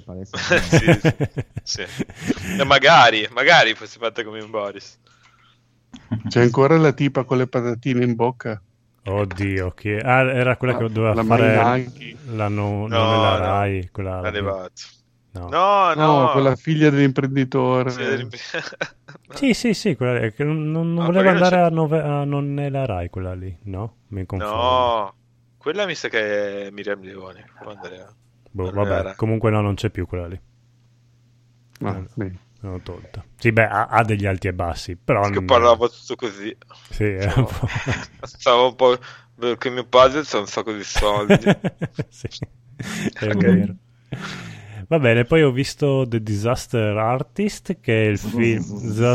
sì. Magari fosse fatta come in Boris. C'è ancora la tipa con le patatine in bocca? Oddio, che era quella che doveva fare nella Rai, quella No, quella figlia dell'imprenditore. Sì, quella che non voleva andare a non nella Rai, quella lì, no? Mi confondo. No, quella mi sa che è Miriam Leone. Vabbè, comunque non c'è più quella lì. L'ho tolta. Sì, beh, ha degli alti e bassi, però... Che parlava tutto così. Sì, è un po'... Stavo un po'... Perché mio padre c'ha un sacco di soldi. Sì, è vero. Va bene, poi ho visto The Disaster Artist, che è il film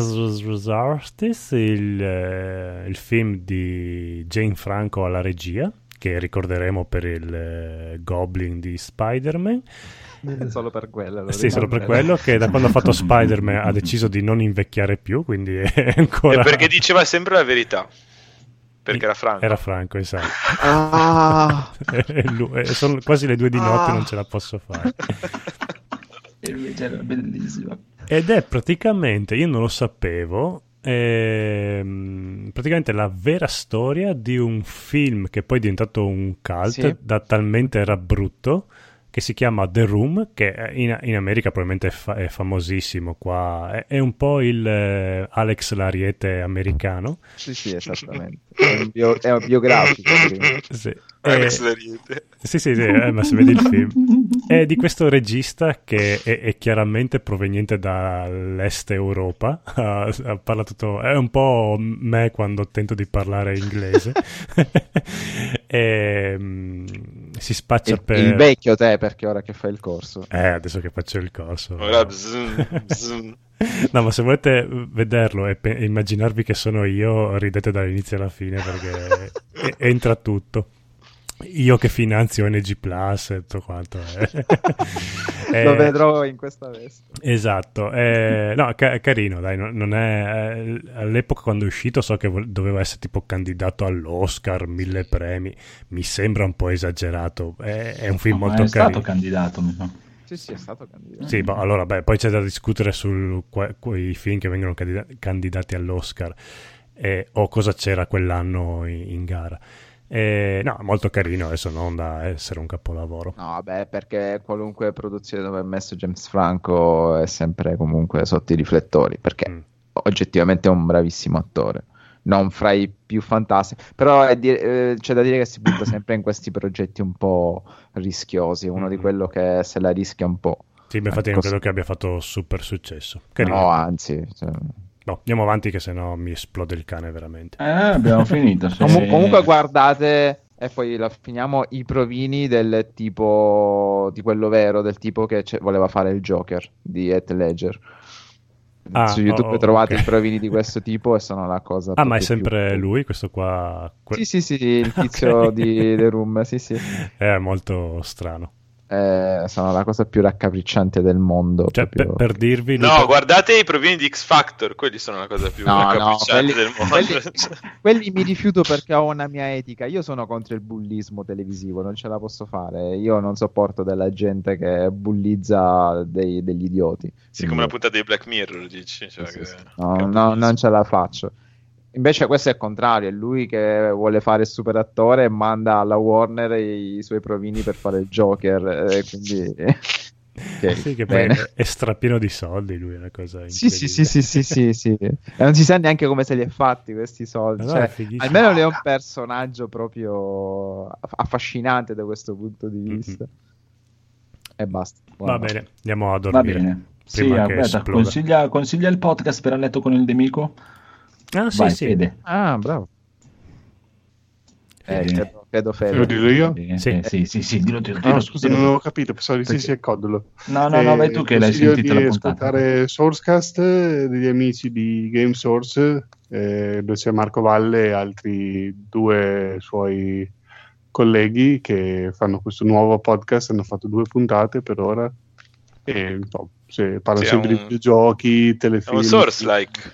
il film di Jane Franco alla regia, che ricorderemo per il Goblin di Spider-Man. Solo per quello. Sì, solo per quello, che da quando ha fatto Spider-Man ha deciso di non invecchiare più, quindi è ancora... E perché diceva sempre la verità. Perché era Franco. Era Franco, esatto. Sono quasi le 2 di notte, non ce la posso fare. Invece era bellissima. Ed è praticamente, io non lo sapevo, praticamente la vera storia di un film che poi è diventato un cult, da talmente era brutto, che si chiama The Room, che in America probabilmente è famosissimo, qua è un po' il Alex l'Ariete americano. Sì, esattamente, è un biografico. Sì. Alex l'Ariete. Sì, ma se vedi il film è di questo regista che è chiaramente proveniente dall'est Europa, parla tutto, è un po' me quando tento di parlare inglese. Si spaccia per il vecchio te, perché ora che fai il corso, adesso che faccio il corso, Zoom. No, ma se volete vederlo e immaginarvi che sono io, ridete dall'inizio alla fine, perché entra tutto. Io che finanzio NG Plus e tutto quanto. Lo vedrò in questa veste. Esatto. No, carino, dai, non è... all'epoca quando è uscito so che doveva essere tipo candidato all'Oscar, 1000 premi. Mi sembra un po' esagerato. È un film molto carino. È stato candidato, mi sa. Sì, è stato candidato. Sì, allora, poi c'è da discutere su quei film che vengono candidati all'Oscar o cosa c'era quell'anno in gara. No, molto carino, adesso non da essere un capolavoro. No, vabbè, perché qualunque produzione dove è messo James Franco è sempre comunque sotto i riflettori, perché oggettivamente è un bravissimo attore, non fra i più fantastici, però c'è da dire che si butta sempre in questi progetti un po' rischiosi, uno di quello che se la rischia un po'. Sì, ma infatti non credo che abbia fatto super successo. Carino. No, anzi, No, andiamo avanti che sennò mi esplode il cane veramente. Abbiamo finito. Comunque guardate, e poi la finiamo, i provini del tipo, di quello vero, del tipo che voleva fare il Joker di Heath Ledger. Su YouTube trovate i provini di questo tipo e sono la cosa. Ma è sempre lui questo qua? Sì, il tizio di The Room, sì. È molto strano. Sono la cosa più raccapricciante del mondo. Cioè, per dirvi... No, guardate i provini di X Factor, quelli sono la cosa più raccapricciante del mondo. Quelli mi rifiuto perché ho una mia etica. Io sono contro il bullismo televisivo, non ce la posso fare. Io non sopporto della gente che bullizza degli idioti. Sì, come la puntata di Black Mirror, dici? Cioè, sì. No, non ce la faccio. Invece questo è il contrario, è lui che vuole fare il super attore e manda alla Warner i suoi provini per fare il Joker, quindi... Okay, sì, che poi è strapieno di soldi lui, è una cosa incredibile. Sì. E non si sa neanche come se li è fatti questi soldi. No, cioè, almeno lui è un personaggio proprio affascinante da questo punto di vista. E basta. Va bene, andiamo a dormire. Va bene. Sì, aspetta, consiglia il podcast per A letto con il nemico. Ah, vai, sì. Fede. Ah, bravo. Credo Fede. Lo dico io? Sì, dillo. Scusa, non ho capito, pensavo di sì, è Codolo. No, vai tu che l'hai sentito la puntata. Ascoltare Sourcecast degli amici di Game Source, dove c'è Marco Valle e altri 2 suoi colleghi che fanno questo nuovo podcast, hanno fatto 2 puntate per ora e parlano sempre di videogiochi, telefilm. È un Source-like.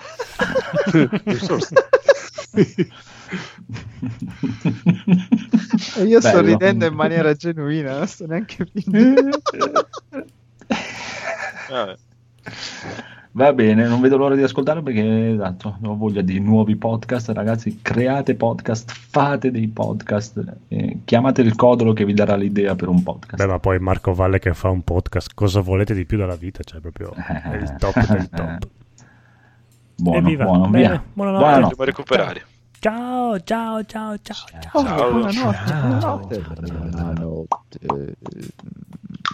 E io sto ridendo in maniera genuina, non sto neanche fingendo. Va bene, non vedo l'ora di ascoltarlo perché esatto, ho voglia di nuovi podcast. Ragazzi, create podcast, fate dei podcast, chiamate il Codolo che vi darà l'idea per un podcast. Beh, ma poi Marco Valle che fa un podcast, cosa volete di più dalla vita? Cioè proprio è il top del top. Buono, via. Buonanotte. Dobbiamo recuperare. Ciao. Buonanotte.